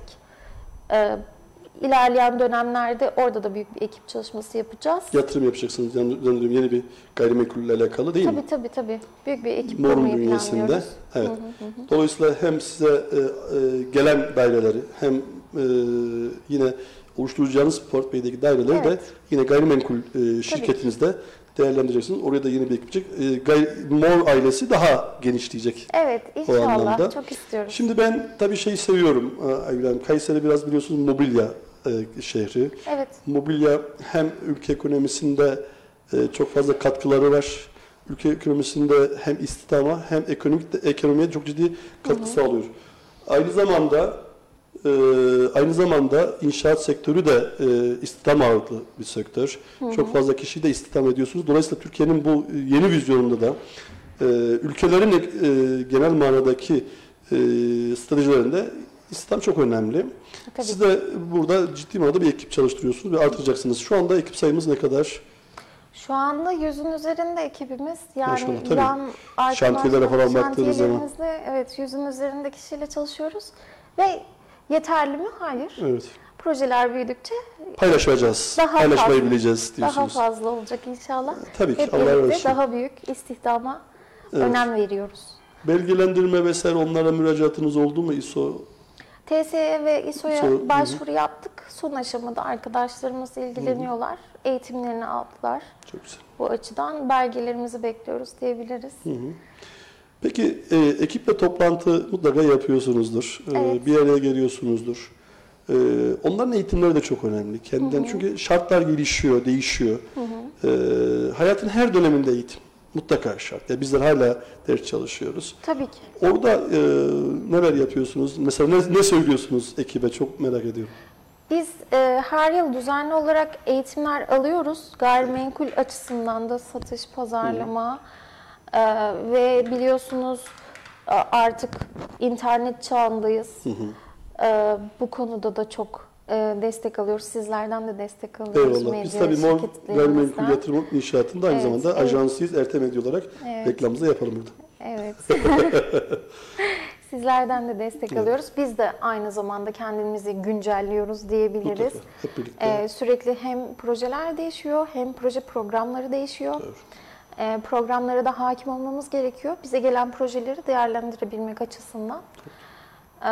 E, ilerleyen dönemlerde orada da büyük bir ekip çalışması yapacağız. Yatırım yapacaksınız. Yani zannediyorum yeni bir gayrimenkulle alakalı değil mi? Tabii tabii tabii. Büyük bir ekip Mor'un kurmayı bünyesinde. planlıyoruz. Evet. Dolayısıyla hem size e, e, gelen daireleri hem e, yine oluşturacağınız portföydeki daireleri de Evet. yine gayrimenkul e, şirketinizde değerlendireceksiniz. Oraya da yeni bir ekip çıkacak. E, gay, Mor ailesi daha genişleyecek. Evet, O anlamda. inşallah. Çok istiyoruz. Şimdi ben tabii şeyi seviyorum e, Aygül Hanım. Kayseri biraz biliyorsunuz mobilya e, şehri. Evet. Mobilya hem ülke ekonomisinde e, çok fazla katkıları var. Ülke ekonomisinde hem istihdama hem ekonomik de, ekonomiye çok ciddi katkı Hı hı. sağlıyor. Aynı zamanda e, aynı zamanda inşaat sektörü de e, istihdam ağırlıklı bir sektör. Hı hı. Çok fazla kişiyi de istihdam ediyorsunuz. Dolayısıyla Türkiye'nin bu yeni vizyonunda da e, ülkelerin e, genel manadaki e, stratejilerinde istihdam çok önemli. Tabii. Siz de burada ciddi manada bir ekip çalıştırıyorsunuz ve artıracaksınız. Şu anda ekip sayımız ne kadar? Şu anda yüzün üzerinde ekibimiz. Yani Maşallah, tabii. yan arkadaşlar, Şantiyelere falan baktığınız zaman. şantiyelerimizde, evet, yüzün üzerinde kişiyle çalışıyoruz. Ve yeterli mi? Hayır. Evet. Projeler büyüdükçe Paylaşacağız. Daha Paylaşmayı fazla- bileceğiz daha diyorsunuz. fazla olacak inşallah. Tabii ki. Hep Allah razı birlikte olsun. daha büyük istihdama Evet. önem veriyoruz. Belgelendirme vesaire onlara müracaatınız oldu mu İ S O? T S E ve İ S O'ya İ S O, başvuru yaptık. Son aşamada arkadaşlarımız ilgileniyorlar. Eğitimlerini aldılar. Çok güzel. Bu açıdan belgelerimizi bekliyoruz diyebiliriz. Hı hı. Peki e, ekiple toplantı mutlaka yapıyorsunuzdur. E, Evet. Bir araya geliyorsunuzdur. E, onların eğitimleri de çok önemli. Kendinden çünkü şartlar gelişiyor, değişiyor. Hı hı. E, hayatın her döneminde eğitim mutlaka şart. Ya bizler hala ders çalışıyoruz. Tabii ki. Orada e, neler yapıyorsunuz? Mesela ne, ne söylüyorsunuz ekibe? Çok merak ediyorum. Biz e, her yıl düzenli olarak eğitimler alıyoruz. Gayrimenkul açısından da satış, pazarlama e, ve biliyorsunuz e, artık internet çağındayız. Hı hı. E, bu konuda da çok e, destek alıyoruz. Sizlerden de destek alıyoruz. Eyvallah. Biz medya tabii Mor şirketlerimizden. Gayrimenkul Yatırım İnşaatı'nda aynı Evet, zamanda evet. ajansıyız. Ertem Medya olarak Evet. reklamımızı yapalım burada. Evet. Sizlerden de destek Evet. alıyoruz. Biz de aynı zamanda kendimizi güncelliyoruz diyebiliriz. Mutlaka. Hep birlikte. Ee, sürekli hem projeler değişiyor hem proje programları değişiyor. Evet. Ee, programlara da hakim olmamız gerekiyor. Bize gelen projeleri değerlendirebilmek açısından. Ee,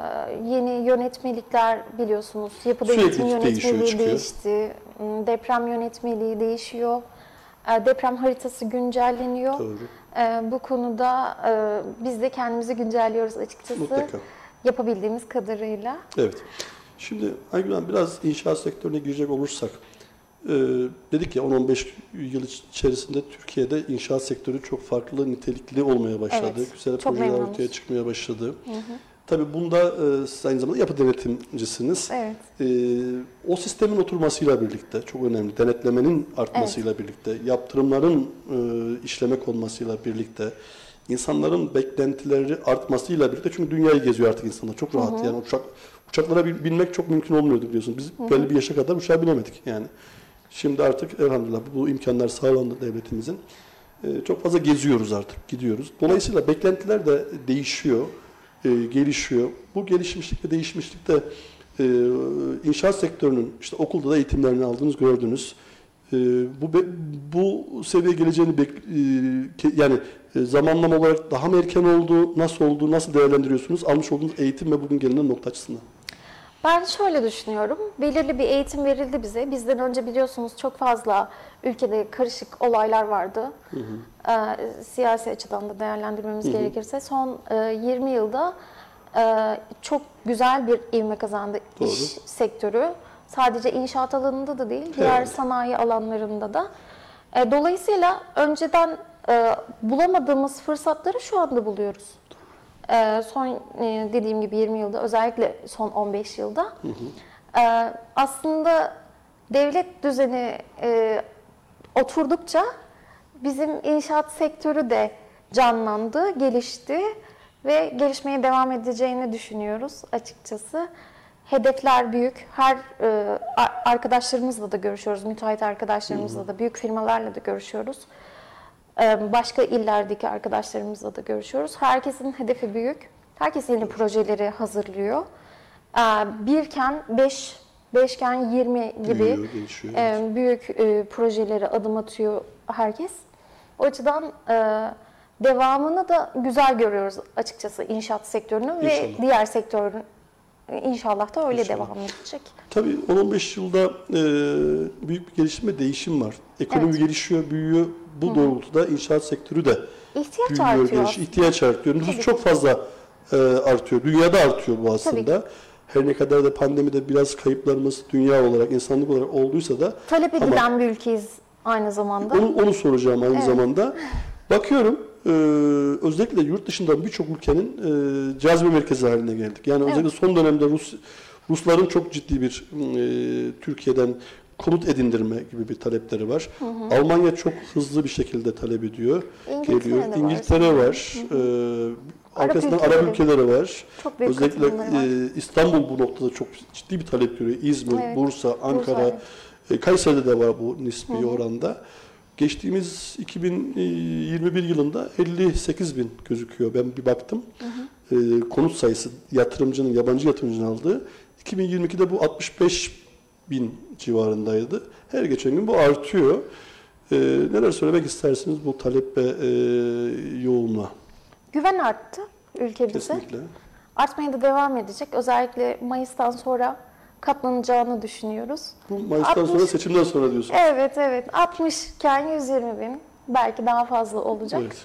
yeni yönetmelikler biliyorsunuz. Yapı Sürekli denetim değişiyor, yönetmeliği çıkıyor. değişti. Hmm, Deprem yönetmeliği değişiyor. Ee, deprem haritası güncelleniyor. Doğru. Ee, bu konuda e, biz de kendimizi güncelliyoruz açıkçası. Mutlaka. Yapabildiğimiz kadarıyla. Evet. Şimdi Aygül Hanım biraz inşaat sektörüne girecek olursak, e, dedik ya on on beş yıl içerisinde Türkiye'de inşaat sektörü çok farklı, nitelikli olmaya başladı. Evet, Güzel çok projeler memnunuz. ortaya çıkmaya başladı. Hı hı. Tabii bunda e, siz aynı zamanda yapı denetimcisiniz. Evet. E, o sistemin oturmasıyla birlikte çok önemli, denetlemenin artmasıyla birlikte, yaptırımların e, işlemek olmasıyla birlikte, insanların beklentileri artmasıyla birlikte, çünkü dünyayı geziyor artık insanlar çok rahat. Hı hı. Yani uçak uçaklara bin- binmek çok mümkün olmuyordu biliyorsunuz. Biz Hı hı. belli bir yaşa kadar uçağa binemedik yani. Şimdi artık elhamdülillah bu imkanlar sağlandı devletimizin. E, çok fazla geziyoruz artık, gidiyoruz. Dolayısıyla beklentiler de değişiyor, e, gelişiyor. Bu gelişmişlik ve değişmişlik de e, inşaat sektörünün işte okulda da eğitimlerini aldınız, gördünüz. E, bu be- bu seviyeye geleceğini bek- e, ke- yani e, zamanlama olarak daha mı erken oldu, nasıl oldu, nasıl değerlendiriyorsunuz almış olduğunuz eğitim ve bugün gelinen nokta açısından? Ben şöyle düşünüyorum. Belirli bir eğitim verildi bize. Bizden önce biliyorsunuz çok fazla ülkede karışık olaylar vardı. Hı hı. Ee, siyasi açıdan da değerlendirmemiz Hı hı. gerekirse son e, yirmi yılda e, çok güzel bir ivme kazandı Doğru. iş sektörü. Sadece inşaat alanında da değil, diğer Evet. sanayi alanlarında da. E, dolayısıyla önceden e, bulamadığımız fırsatları şu anda buluyoruz. Ee, son e, dediğim gibi yirmi yılda, özellikle son on beş yılda hı hı. E, aslında devlet düzeni e, oturdukça bizim inşaat sektörü de canlandı, gelişti ve gelişmeye devam edeceğini düşünüyoruz açıkçası. Hedefler büyük. Her e, arkadaşlarımızla da görüşüyoruz, müteahhit arkadaşlarımızla hı hı. da, büyük firmalarla da görüşüyoruz. E, başka illerdeki arkadaşlarımızla da görüşüyoruz. Herkesin hedefi büyük. Herkes yeni projeleri hazırlıyor. E, birken beş, beşken yirmi gibi Büyüyor, e, büyük e, projelere adım atıyor herkes. O açıdan e, devamını da güzel görüyoruz açıkçası inşaat sektörünün ve diğer sektörün. İnşallah da öyle İnşallah. devam edecek. Tabii on on beş yılda e, büyük bir gelişim ve değişim var. Ekonomi evet. gelişiyor, büyüyor. Bu Hı-hı. doğrultuda inşaat sektörü de ihtiyaç büyüyor, artıyor. Gelişiyor. İhtiyaç artıyor. Nüfus çok fazla e, artıyor. Dünyada artıyor bu aslında. Her ne kadar da pandemide biraz kayıplarımız dünya olarak, insanlık olarak olduysa da. Talep edilen bir ülkeyiz aynı zamanda. Onu, onu soracağım aynı evet. zamanda. Bakıyorum. Ee, özellikle yurt dışından birçok ülkenin e, cazibe merkezi haline geldik. Yani evet. özellikle son dönemde Rus Rusların çok ciddi bir e, Türkiye'den konut edindirme gibi bir talepleri var. Hı hı. Almanya çok hızlı bir şekilde talep ediyor. İngiltere geliyor. İngiltere var. var. Ee, arkasından Arap ülkeleri, ülkeleri var. Çok büyük özellikle e, İstanbul bu noktada çok ciddi bir talep görüyor. İzmir, evet. Bursa, Ankara, Bursa, evet. e, Kayseri'de de var bu nispi hı hı. oranda. Geçtiğimiz iki bin yirmi bir yılında elli sekiz bin gözüküyor. Ben bir baktım. Hı hı. E, konut sayısı yatırımcının, yabancı yatırımcının aldığı. iki bin yirmi ikide bu altmış beş bin civarındaydı. Her geçen gün bu artıyor. E, neler söylemek istersiniz bu talep ve e, yoğunluğa? Güven arttı ülkemize. Kesinlikle. Artmaya da devam edecek. Özellikle Mayıs'tan sonra katlanacağını düşünüyoruz. Bu Mayıs'tan altmış sonra, seçimden sonra diyorsun. Evet, evet. altmış iken yüz yirmi bin, belki daha fazla olacak. Evet.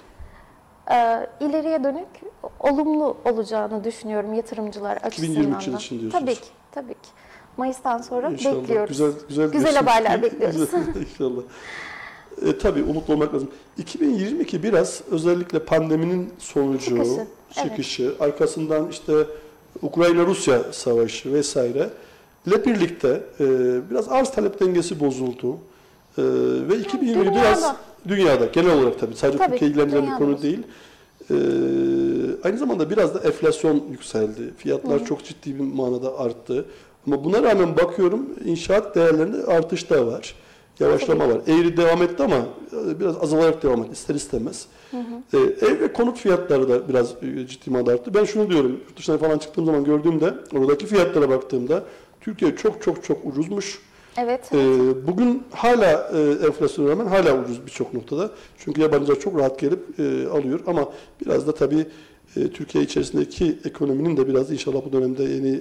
Ee, ileriye dönük olumlu olacağını düşünüyorum yatırımcılar açısından. iki bin yirmi üç yıl için diyorsunuz. Tabii ki, tabii ki. Mayıs'tan sonra İnşallah. bekliyoruz. Güzel, güzel, güzel haberler bekliyoruz. İnşallah. E, tabii umutlu olmak lazım. iki bin yirmi iki biraz özellikle pandeminin sonucu, çıkışı, çıkışı evet. arkasından işte Ukrayna-Rusya savaşı vesaire ile birlikte e, biraz arz talep dengesi bozuldu. E, ve iki bin yirmi dünyada. biraz dünyada genel olarak tabii sadece tabii, Türkiye ilgilendiren bir konu değil. E, aynı zamanda biraz da enflasyon yükseldi. Fiyatlar Hı. çok ciddi bir manada arttı. Ama buna rağmen bakıyorum inşaat değerlerinde artış da var. Yavaşlama tabii. var. Eğri devam etti ama biraz azalarak devam etti ister istemez. Hı hı. E, ev ve konut fiyatları da biraz ciddi manada arttı. Ben şunu diyorum, yurt dışına falan çıktığım zaman gördüğümde, oradaki fiyatlara baktığımda Türkiye çok çok çok ucuzmuş. Evet. evet. E, bugün hala e, enflasyona rağmen hala ucuz birçok noktada. Çünkü yabancılar çok rahat gelip e, alıyor ama biraz da tabii e, Türkiye içerisindeki ekonominin de biraz inşallah bu dönemde yeni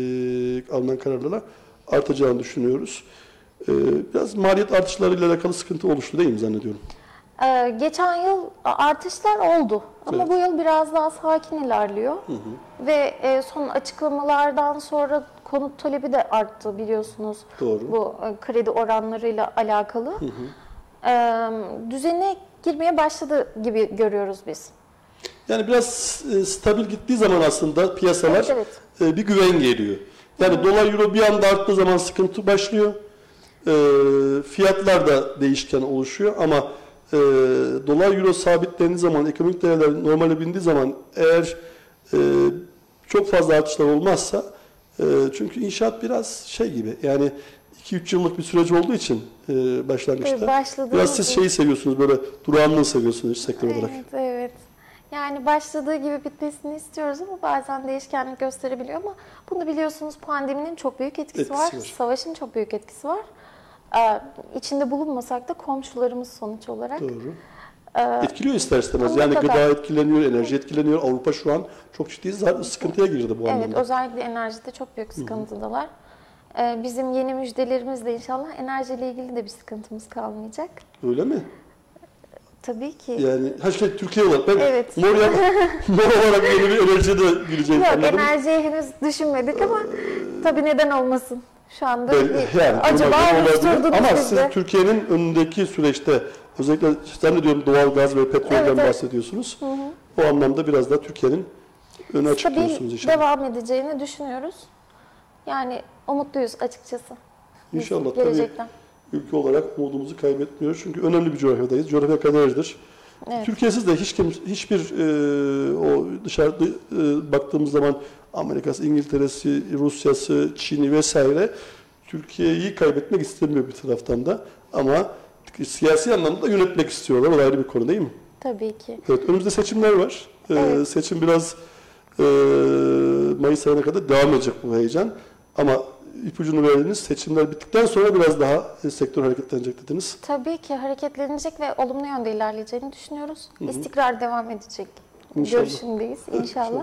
e, alınan kararlarla artacağını düşünüyoruz. Biraz maliyet artışlarıyla alakalı sıkıntı oluştu değil mi zannediyorum? Ee, geçen yıl artışlar oldu ama evet. bu yıl biraz daha sakin ilerliyor. Hı hı. Ve e, son açıklamalardan sonra konut talebi de arttı biliyorsunuz. Doğru. Bu e, kredi oranlarıyla alakalı. Hı hı. E, düzene girmeye başladı gibi görüyoruz biz. Yani biraz e, stabil gittiği zaman aslında piyasalar evet, evet. E, bir güven geliyor. Yani hı. dolar euro bir anda arttığı zaman sıkıntı başlıyor. E, fiyatlar da değişken oluşuyor ama e, dolar euro sabitlendiği zaman, ekonomik değerler normale bindiği zaman eğer e, çok fazla artışlar olmazsa e, çünkü inşaat biraz şey gibi yani iki üç yıllık bir süreç olduğu için e, başlangıçta biraz siz şeyi seviyorsunuz böyle durağanlığı seviyorsunuz sektör evet, olarak. Evet evet. Yani başladığı gibi bitmesini istiyoruz ama bazen değişkenlik gösterebiliyor ama bunu biliyorsunuz pandeminin çok büyük etkisi, etkisi var. var. Savaşın çok büyük etkisi var. Ee, içinde bulunmasak da komşularımız sonuç olarak. Doğru. Ee, Etkiliyor ister istemez. Yani kadar. Gıda etkileniyor, enerji etkileniyor. Avrupa şu an çok ciddi sıkıntıya girdi bu anlamda. Evet, özellikle enerjide çok büyük sıkıntıdalar. Ee, bizim yeni müjdelerimizle inşallah enerjiyle ilgili de bir sıkıntımız kalmayacak. Öyle mi? Tabii ki. Yani her şey Türkiye olarak. Ben evet. mor, ya, mor olarak yeni bir enerjiye de gireceğim. Yok, enerjiye henüz düşünmedik ama ee, tabii neden olmasın. Şu anda ben, bir, yani, acaba oluşturdunuz ama siz siz Türkiye'nin önündeki süreçte özellikle zannediyorum doğal gaz ve petrolden evet, bahsediyorsunuz. Hı hı. O anlamda biraz da Türkiye'nin önü açık stabil diyorsunuz inşallah. devam edeceğini düşünüyoruz. Yani umutluyuz açıkçası. Biz İnşallah gelecekten. tabii ülke olarak umudumuzu kaybetmiyoruz. Çünkü önemli bir coğrafyadayız. Coğrafya kaderidir. Evet. Türkiye'siz de hiç kim, hiçbir e, o dışarıda e, baktığımız zaman Amerika'sı, İngiltere'si, Rusya'sı, Çin'i vesaire Türkiye'yi kaybetmek istemiyor bir taraftan da. Ama siyasi anlamda yönetmek istiyorlar. O ayrı bir konu değil mi? Tabii ki. Evet, önümüzde seçimler var. Ee, Evet. Seçim biraz e, Mayıs ayına kadar devam edecek bu heyecan. Ama ipucunu verdiniz. Seçimler bittikten sonra biraz daha e, sektör hareketlenecek dediniz. Tabii ki hareketlenecek ve olumlu yönde ilerleyeceğini düşünüyoruz. Hı hı. İstikrar devam edecek. İnşallah. Görüşündeyiz inşallah.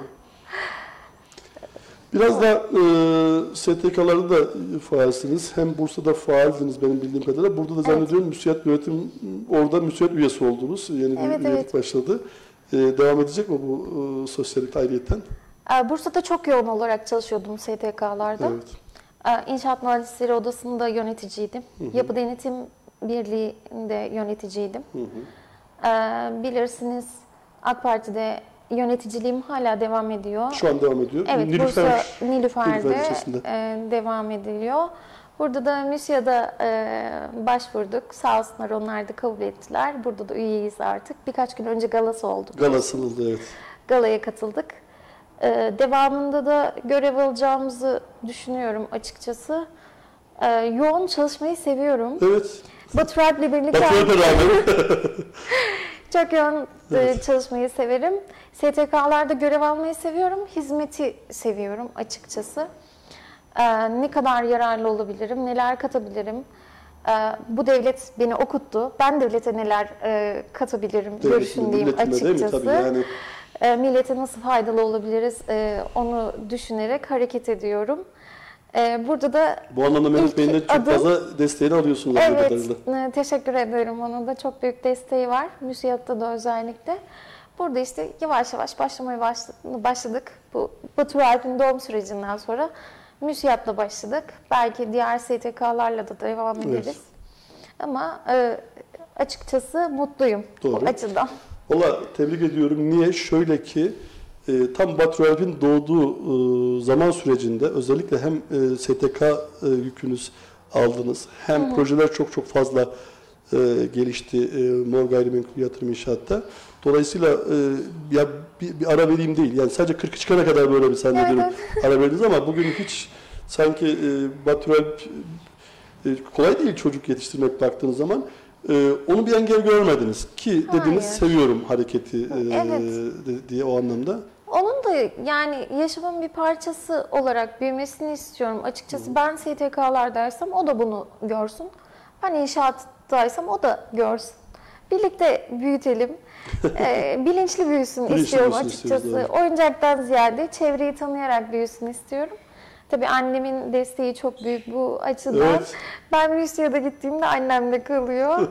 Biraz da e, S T K'larda da faalsiniz. Hem Bursa'da faaldiniz benim bildiğim kadarıyla. Burada da zannediyorum evet. müsiyat yönetim, orada müsiyat üyesi oldunuz. Yeni bir evet, üyelik evet. başladı. E, devam edecek mi bu e, sosyallik ayrıyeten? Bursa'da çok yoğun olarak çalışıyordum S T K'larda. Evet. İnşaat Mühendisleri Odası'nda yöneticiydim. Hı hı. Yapı Denetim Birliği'nde yöneticiydim. Hı hı. Bilirsiniz AK Parti'de yöneticiliğim hala devam ediyor. Şu an devam ediyor. Evet, Nilüfer, Bursa Nilüfer'de Nilüfer devam ediliyor. Burada da MÜSİAD'a başvurduk. Sağ olsunlar, onlar da kabul ettiler. Burada da üyeyiz artık. Birkaç gün önce galası oldu. Galası oldu, evet. Galaya katıldık. Devamında da görev alacağımızı düşünüyorum açıkçası. Yoğun çalışmayı seviyorum. Evet. Batu Alp'le birlikte... Batu Alp'e rağmen. Çok yoğun evet. çalışmayı severim. S T K'larda görev almayı seviyorum. Hizmeti seviyorum açıkçası. Ee, ne kadar yararlı olabilirim, neler katabilirim. Ee, bu devlet beni okuttu. Ben devlete neler e, katabilirim görüşündeyim açıkçası. Tabii yani. Ee, millete nasıl faydalı olabiliriz e, onu düşünerek hareket ediyorum. Burada da bu anlamda Mehmet Bey'in de çok adım, fazla desteğini alıyorsunuz. Evet, kadarıyla. Teşekkür ederim. Onun da çok büyük desteği var. MÜSİAD'da da özellikle. Burada işte yavaş yavaş başlamaya başladık. Bu Batu Alp'in doğum sürecinden sonra MÜSİAD'la başladık. Belki diğer S T K'larla da devam ederiz. Evet. Ama e, açıkçası mutluyum Doğru. bu açıdan. Valla tebrik ediyorum. Niye? Şöyle ki E, tam Batu Alp'in doğduğu e, zaman sürecinde özellikle hem e, S T K e, yükünüz aldınız hem hı hı. projeler çok çok fazla e, gelişti e, Mor Gayrimenkul Yatırım İnşaat'ta. Dolayısıyla e, ya bir, bir ara vereyim değil. Yani sadece kırkı çıkana kadar böyle bir zannediyorum evet. ara verdiniz ama bugün hiç sanki e, Batu Alp e, kolay değil çocuk yetiştirmek baktığınız zaman. Ee, onu bir engel görmediniz ki dediniz Hayır. seviyorum hareketi evet. e, diye o anlamda. Onun da yani yaşamın bir parçası olarak büyümesini istiyorum. Açıkçası Hı. ben S T K'lardaysam o da bunu görsün. Ben inşaattaysam o da görsün. Birlikte büyütelim. e, bilinçli büyüsün bilinçli istiyorum büyüsün açıkçası. Oyuncaktan ziyade çevreyi tanıyarak büyüsün istiyorum. Tabii annemin desteği çok büyük bu açıdan. Evet. Ben MÜSİAD'a gittiğimde annemde kalıyor.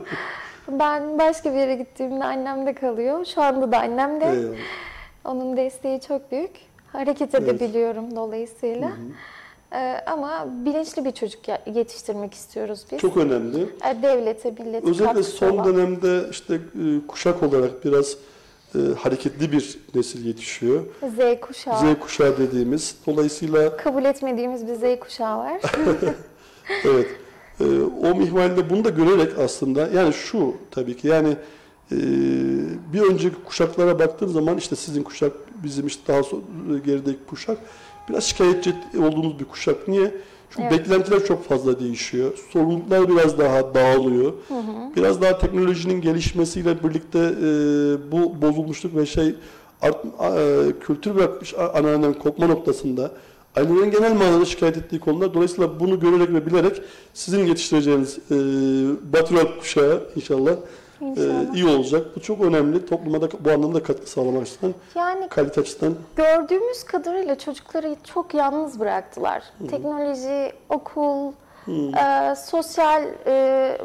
Ben başka bir yere gittiğimde annemde kalıyor. Şu anda da annemde. Eyvallah. Onun desteği çok büyük. Hareket evet. edebiliyorum dolayısıyla. Hı hı. Ee, ama bilinçli bir çocuk yetiştirmek istiyoruz biz. Çok önemli. Devlete, millete özellikle son olan. dönemde işte kuşak olarak biraz e, hareketli bir nesil yetişiyor. Z kuşağı. Z kuşağı dediğimiz. Dolayısıyla kabul etmediğimiz bir Z kuşağı var. evet. E, o mihvalde bunu da görerek aslında yani şu tabii ki yani e, bir önceki kuşaklara baktığım zaman işte sizin kuşak bizim işte daha so gerideki kuşak biraz şikayetçi olduğumuz bir kuşak. Niye? Çünkü evet. beklentiler çok fazla değişiyor. Sorumluluklar biraz daha dağılıyor. Hı hı. Biraz daha teknolojinin gelişmesiyle birlikte e, bu bozulmuşluk ve şey art, e, kültür ve ananenin kopma noktasında ailelerin genel manada şikayet ettiği konular. Dolayısıyla bunu görerek ve bilerek sizin yetiştireceğiniz e, Batu Alp kuşağı inşallah, inşallah. E, iyi olacak. Bu çok önemli. Topluma da bu anlamda katkı sağlamak açısından, yani, kalite açısından. Gördüğümüz kadarıyla çocukları çok yalnız bıraktılar. Hı. Teknoloji, okul, e, sosyal e,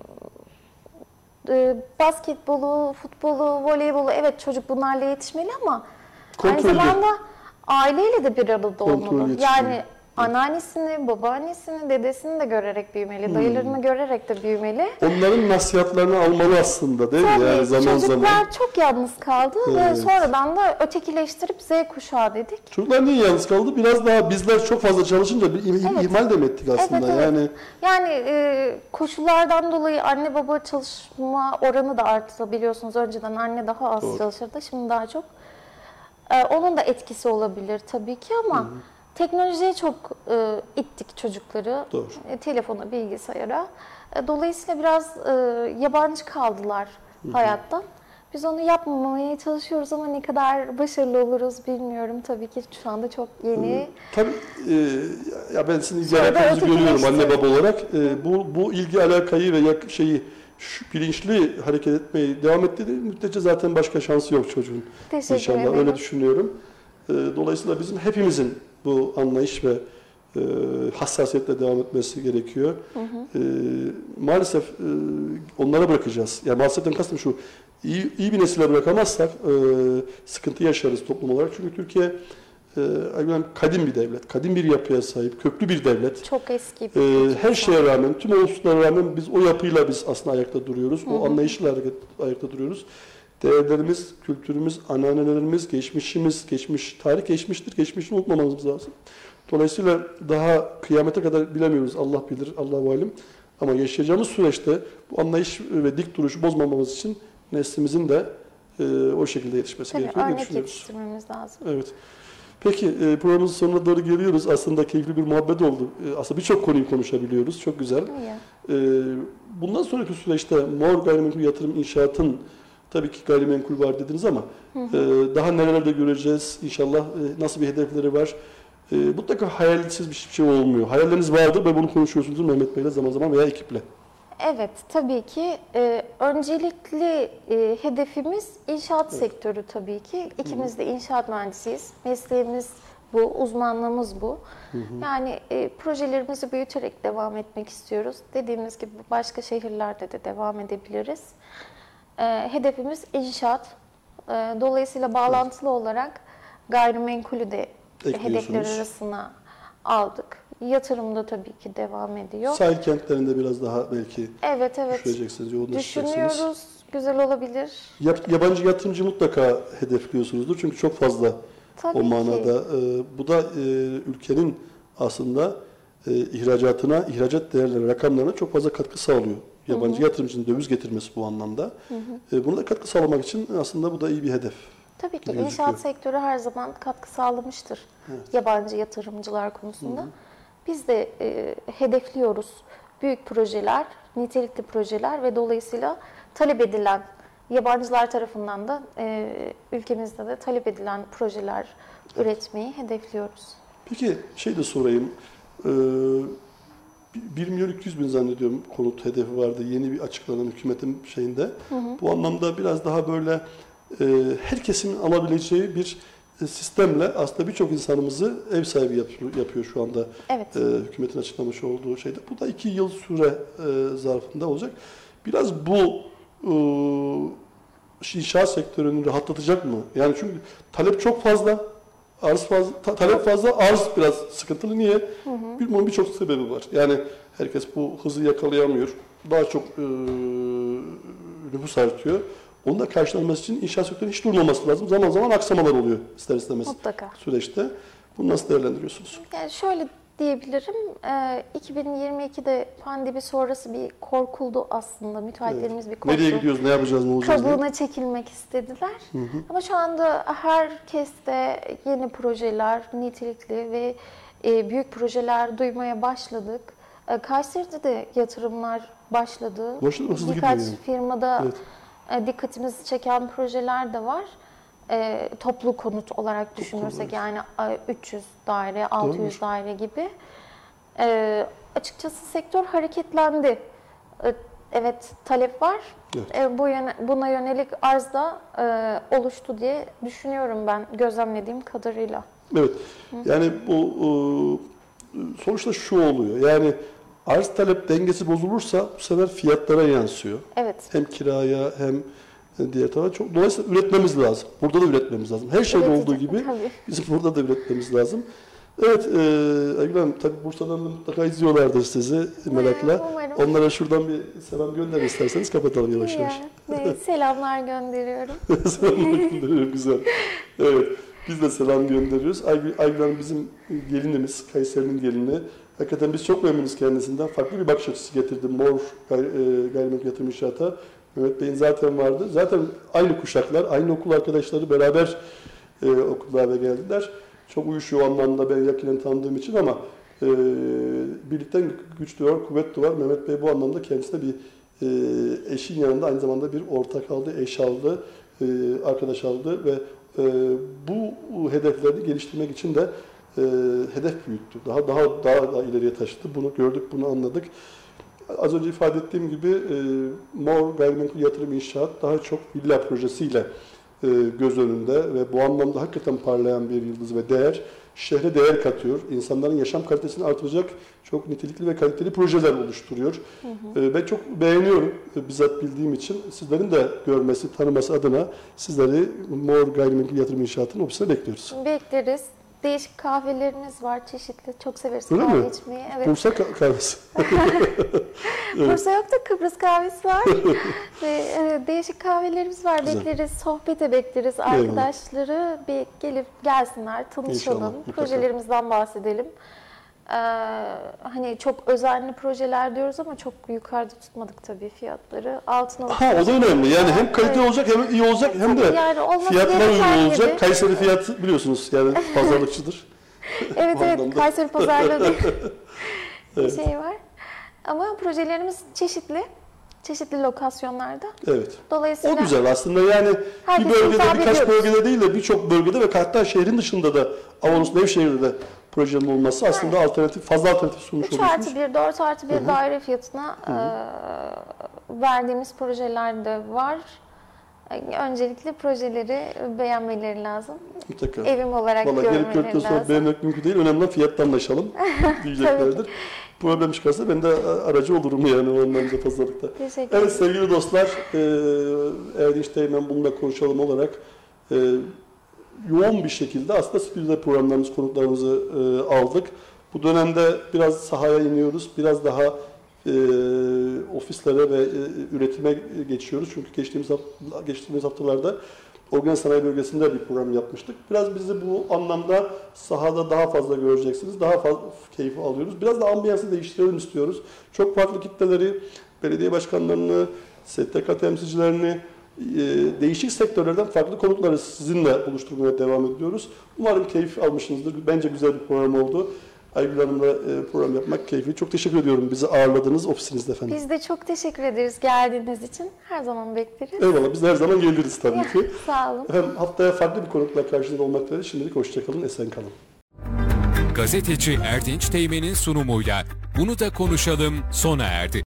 e, basketbolu, futbolu, voleybolu. Evet çocuk bunlarla yetişmeli ama Kontrolü. aynı zamanda aileyle de bir arada olmalı. Yani anneannesini, babaannesini, dedesini de görerek büyümeli, dayılarını görerek de büyümeli. Onların nasihatlerini almalı aslında değil mi? Tabii, Yani zaman çocuklar zaman. çok yalnız kaldı ve Evet. sonradan da ötekileştirip Z kuşağı dedik. Çocuklar niye yalnız kaldı? Biraz daha bizler çok fazla çalışınca bir im- Evet. ihmal de mi ettik aslında? Evet, evet. Yani Yani e, koşullardan dolayı anne baba çalışma oranı da arttı biliyorsunuz. Önceden anne daha az Doğru. çalışırdı, şimdi daha çok. E, onun da etkisi olabilir tabii ki ama Hı-hı. teknolojiye çok e, ittik çocukları. Doğru. E, telefona, bilgisayara. E, dolayısıyla biraz e, yabancı kaldılar Hı-hı. hayattan. Biz onu yapmamaya çalışıyoruz ama ne kadar başarılı oluruz bilmiyorum. Tabii ki şu anda çok yeni. Tabii e, ya ben sizin ilgi Sonra da alakanızı görüyorum ötekileşti. anne baba olarak. E, bu bu ilgi alakayı ve yak, şeyi şu, bilinçli hareket etmeyi devam ettirdiği müddetçe zaten başka şansı yok çocuğun. Teşekkür İnşallah ederim. öyle düşünüyorum. E, dolayısıyla bizim hepimizin bu anlayış ve e, hassasiyetle devam etmesi gerekiyor. Hı hı. E, maalesef e, onlara bırakacağız. Yani maaleseften kastım şu. İyi, iyi bir nesile bırakamazsak e, sıkıntı yaşarız toplum olarak. Çünkü Türkiye e, kadim bir devlet, kadim bir yapıya sahip, köklü bir devlet. Çok eski bir e, Her şeye rağmen, tüm olumsuzluğa rağmen biz o yapıyla biz aslında ayakta duruyoruz. Hı hı. O anlayışla hareket, ayakta duruyoruz. Değerlerimiz, kültürümüz, anneannelerimiz, geçmişimiz, geçmiş, tarih geçmiştir. Geçmişini unutmamamız lazım. Dolayısıyla daha kıyamete kadar bilemiyoruz. Allah bilir, Allah valim. Ama yaşayacağımız süreçte bu anlayış ve dik duruşu bozmamamız için neslimizin de e, o şekilde yetişmesi Tabii, gerekiyor diye örnek düşünüyoruz. yetiştirmemiz lazım. Evet. Peki e, programımızın sonuna doğru geliyoruz. Aslında keyifli bir muhabbet oldu. E, aslında birçok konuyu konuşabiliyoruz. Çok güzel. E, bundan sonraki süreçte Mor Gayrimenkul Yatırım İnşaat'ın tabii ki gayrimenkul var dediniz ama hı hı. E, daha nerelerde göreceğiz? İnşallah e, nasıl bir hedefleri var? E, mutlaka hayalsiz bir şey olmuyor. Hayalleriniz vardır ve bunu konuşuyorsunuz Mehmet Bey'le zaman zaman veya ekiple. Evet, tabii ki. Ee, öncelikli e, hedefimiz inşaat evet. sektörü tabii ki. İkimiz de inşaat mühendisiyiz. Mesleğimiz bu, uzmanlığımız bu. Hı hı. Yani e, projelerimizi büyüterek devam etmek istiyoruz. Dediğimiz gibi başka şehirlerde de devam edebiliriz. E, hedefimiz inşaat. E, dolayısıyla bağlantılı evet. olarak gayrimenkulü de hedefler arasına aldık. Yatırımda tabii ki devam ediyor. Sahil kentlerinde biraz daha belki evet, evet. düşüneceksiniz, yoğunlaşacaksınız. Düşünüyoruz, güzel olabilir. Yabancı yatırımcı mutlaka hedefliyorsunuzdur çünkü çok fazla tabii o manada. E, bu da e, ülkenin aslında e, ihracatına, ihracat değerleri, rakamlarına çok fazla katkı sağlıyor. Yabancı hı hı. yatırımcının döviz getirmesi bu anlamda. Hı hı. E, buna da katkı sağlamak için aslında bu da iyi bir hedef. Tabii ki inşaat sektörü her zaman katkı sağlamıştır evet. yabancı yatırımcılar konusunda. Hı hı. Biz de e, hedefliyoruz büyük projeler, nitelikli projeler ve dolayısıyla talep edilen, yabancılar tarafından da e, ülkemizde de talep edilen projeler evet. üretmeyi hedefliyoruz. Peki şey de sorayım, ee, bir milyon iki yüz bin zannediyorum konut hedefi vardı yeni bir açıklanan hükümetin şeyinde. Hı hı. Bu anlamda biraz daha böyle e, herkesin alabileceği bir sistemle aslında birçok insanımızı ev sahibi yapıyor, yapıyor şu anda evet. e, hükümetin açıklamış olduğu şeyde. Bu da iki yıl süre e, zarfında olacak. Biraz bu e, inşaat sektörünü rahatlatacak mı? Yani çünkü talep çok fazla, arz fazla, ta, talep fazla, arz biraz sıkıntılı. Niye? Hı hı. Bir, bunun birçok sebebi var. Yani herkes bu hızı yakalayamıyor. Daha çok e, nüfus artıyor. Onu da karşılanması için inşaat sektörünün hiç durmaması lazım. Zaman zaman aksamalar oluyor ister istemez mutlaka. Süreçte. Bunu nasıl değerlendiriyorsunuz? Yani şöyle diyebilirim, iki bin yirmi ikide pandemi sonrası bir korkuldu aslında. Müteahhitlerimiz evet. bir korktu. Nereye gidiyoruz, ne yapacağız, ne olacağız kabuğuna diye. çekilmek istediler. Hı hı. Ama şu anda herkeste yeni projeler, nitelikli ve büyük projeler duymaya başladık. Kayseri'de de yatırımlar başladı. Başladı, hızlı Birkaç gidiyor yani. firmada evet. dikkatimizi çeken projeler de var. E, toplu konut olarak düşünürsek yani üç yüz daire, altı yüz daire gibi. E, açıkçası sektör hareketlendi. E, evet talep var. Evet. E, bu yöne, buna yönelik arz da e, oluştu diye düşünüyorum ben gözlemlediğim kadarıyla. Evet. Hı. Yani bu e, sonuçta şu oluyor. Yani arz talep dengesi bozulursa bu sefer fiyatlara yansıyor. Evet. Hem kiraya hem diğer tarafa çok. Dolayısıyla üretmemiz lazım. Burada da üretmemiz lazım. Her şeyde Üretici, olduğu gibi tabii. bizim burada da üretmemiz lazım. Evet, e, Aygül Hanım, tabii Bursa'dan da mutlaka izliyorlardır sizi merakla. Umarım. Onlara şuradan bir selam gönderin isterseniz kapatalım yavaş yavaş. Ya, evet, selamlar gönderiyorum. Selamlar gönderiyorum, güzel. Evet, biz de selam gönderiyoruz. Aygül, Aygül Hanım bizim gelinimiz, Kayseri'nin gelini. Hakikaten biz çok memnunuz kendisinden. Farklı bir bakış açısı getirdi Mor gay, e, Gayrimenkul Yatırım İnşaat'a. Mehmet Bey'in zaten vardı. Zaten aynı kuşaklar, aynı okul arkadaşları beraber e, okullarda geldiler. Çok uyuşuyor o anlamda ben yakinen tanıdığım için ama e, birlikten güç doğar, kuvvet doğar. Mehmet Bey bu anlamda kendisine bir e, eşin yanında aynı zamanda bir ortak aldı, eş aldı, e, arkadaş aldı ve e, bu hedeflerini geliştirmek için de e, hedef büyüttü. Daha daha daha, daha ileriye taşıdı. Bunu gördük, bunu anladık. Az önce ifade ettiğim gibi e, Mor Gayrimenkul Yatırım İnşaat daha çok villa projesiyle e, göz önünde ve bu anlamda hakikaten parlayan bir yıldız ve değer, şehre değer katıyor. İnsanların yaşam kalitesini artıracak çok nitelikli ve kaliteli projeler oluşturuyor. Hı hı. E, ben çok beğeniyorum, e, bizzat bildiğim için. Sizlerin de görmesi, tanıması adına sizleri Mor Gayrimenkul Yatırım İnşaat'ın ofisine bekliyoruz. Bekleriz. Değişik kahvelerimiz var, çeşitli. Çok severiz Öyle kahve mi? içmeyi. Evet. Bursa ka- kahvesi. Bursa yok da Kıbrıs kahvesi var. Ve e, değişik kahvelerimiz var. Güzel. Bekleriz, sohbete bekleriz. Eyvallah. Arkadaşları bir gelip gelsinler, tanışalım. İnşallah, mutlaka. Projelerimizden bahsedelim. Ee, hani çok özenli projeler diyoruz ama çok yukarıda tutmadık tabii fiyatları. Altına Ha, o da önemli. Yani hem kalite Evet. olacak hem iyi olacak hem de Yani olması fiyatlar gereken uygun olacak. gibi. Kayseri fiyatı biliyorsunuz yani pazarlıkçıdır. Evet O evet, anlamda. Kayseri pazarlığı bir Evet. şey var. Ama projelerimiz çeşitli. Çeşitli lokasyonlarda. Evet. Dolayısıyla O güzel aslında yani herkese bir bölgede hitap birkaç ediyoruz. bölgede değil de birçok bölgede ve hatta şehrin dışında da Avanos Nevşehir'de de projenin olması aslında alternatif, fazla alternatif sunmuş üç oluyorsunuz. artı bir, dört artı bir daire fiyatına e, verdiğimiz projeler de var. E, Öncelikle projeleri beğenmeleri lazım. Mutlaka. Evim olarak Vallahi gelip görmeleri gördükten sonra lazım. beğenmek mümkün değil. Önemli olan fiyattan anlaşalım diyeceklerdir. Problem çıkarsa ben de aracı olurum yani o anlamda pazarlıkta. Teşekkür ederim. Evet sevgili dostlar, e, Erdinç Teğmen bununla konuşalım olarak e, yoğun bir şekilde aslında stüdyoda programlarımız, konuklarımızı e, aldık. Bu dönemde biraz sahaya iniyoruz, biraz daha e, ofislere ve e, üretime geçiyoruz. Çünkü geçtiğimiz, hafta, geçtiğimiz haftalarda Organ Sanayi Bölgesi'nde bir program yapmıştık. Biraz bizi bu anlamda sahada daha fazla göreceksiniz. Daha fazla keyif alıyoruz. Biraz da ambiyansı değiştirelim istiyoruz. Çok farklı kitleleri, belediye başkanlarını, S T K temsilcilerini, değişik sektörlerden farklı konukları sizinle buluşturmaya devam ediyoruz. Umarım keyif almışsınızdır. Bence güzel bir program oldu. Aygül Hanım'la program yapmak keyifli. Çok teşekkür ediyorum bizi ağırladığınız ofisinizde efendim. Biz de çok teşekkür ederiz geldiğiniz için. Her zaman bekleriz. Eyvallah. Biz de her zaman geliriz tabii ki. Sağ olun. Efendim haftaya farklı bir konukla karşınızda olmak üzere. Şimdilik hoşçakalın, esen kalın. Gazeteci Erdinç Teğmen'in sunumuyla Bunu da Konuşalım sona erdi.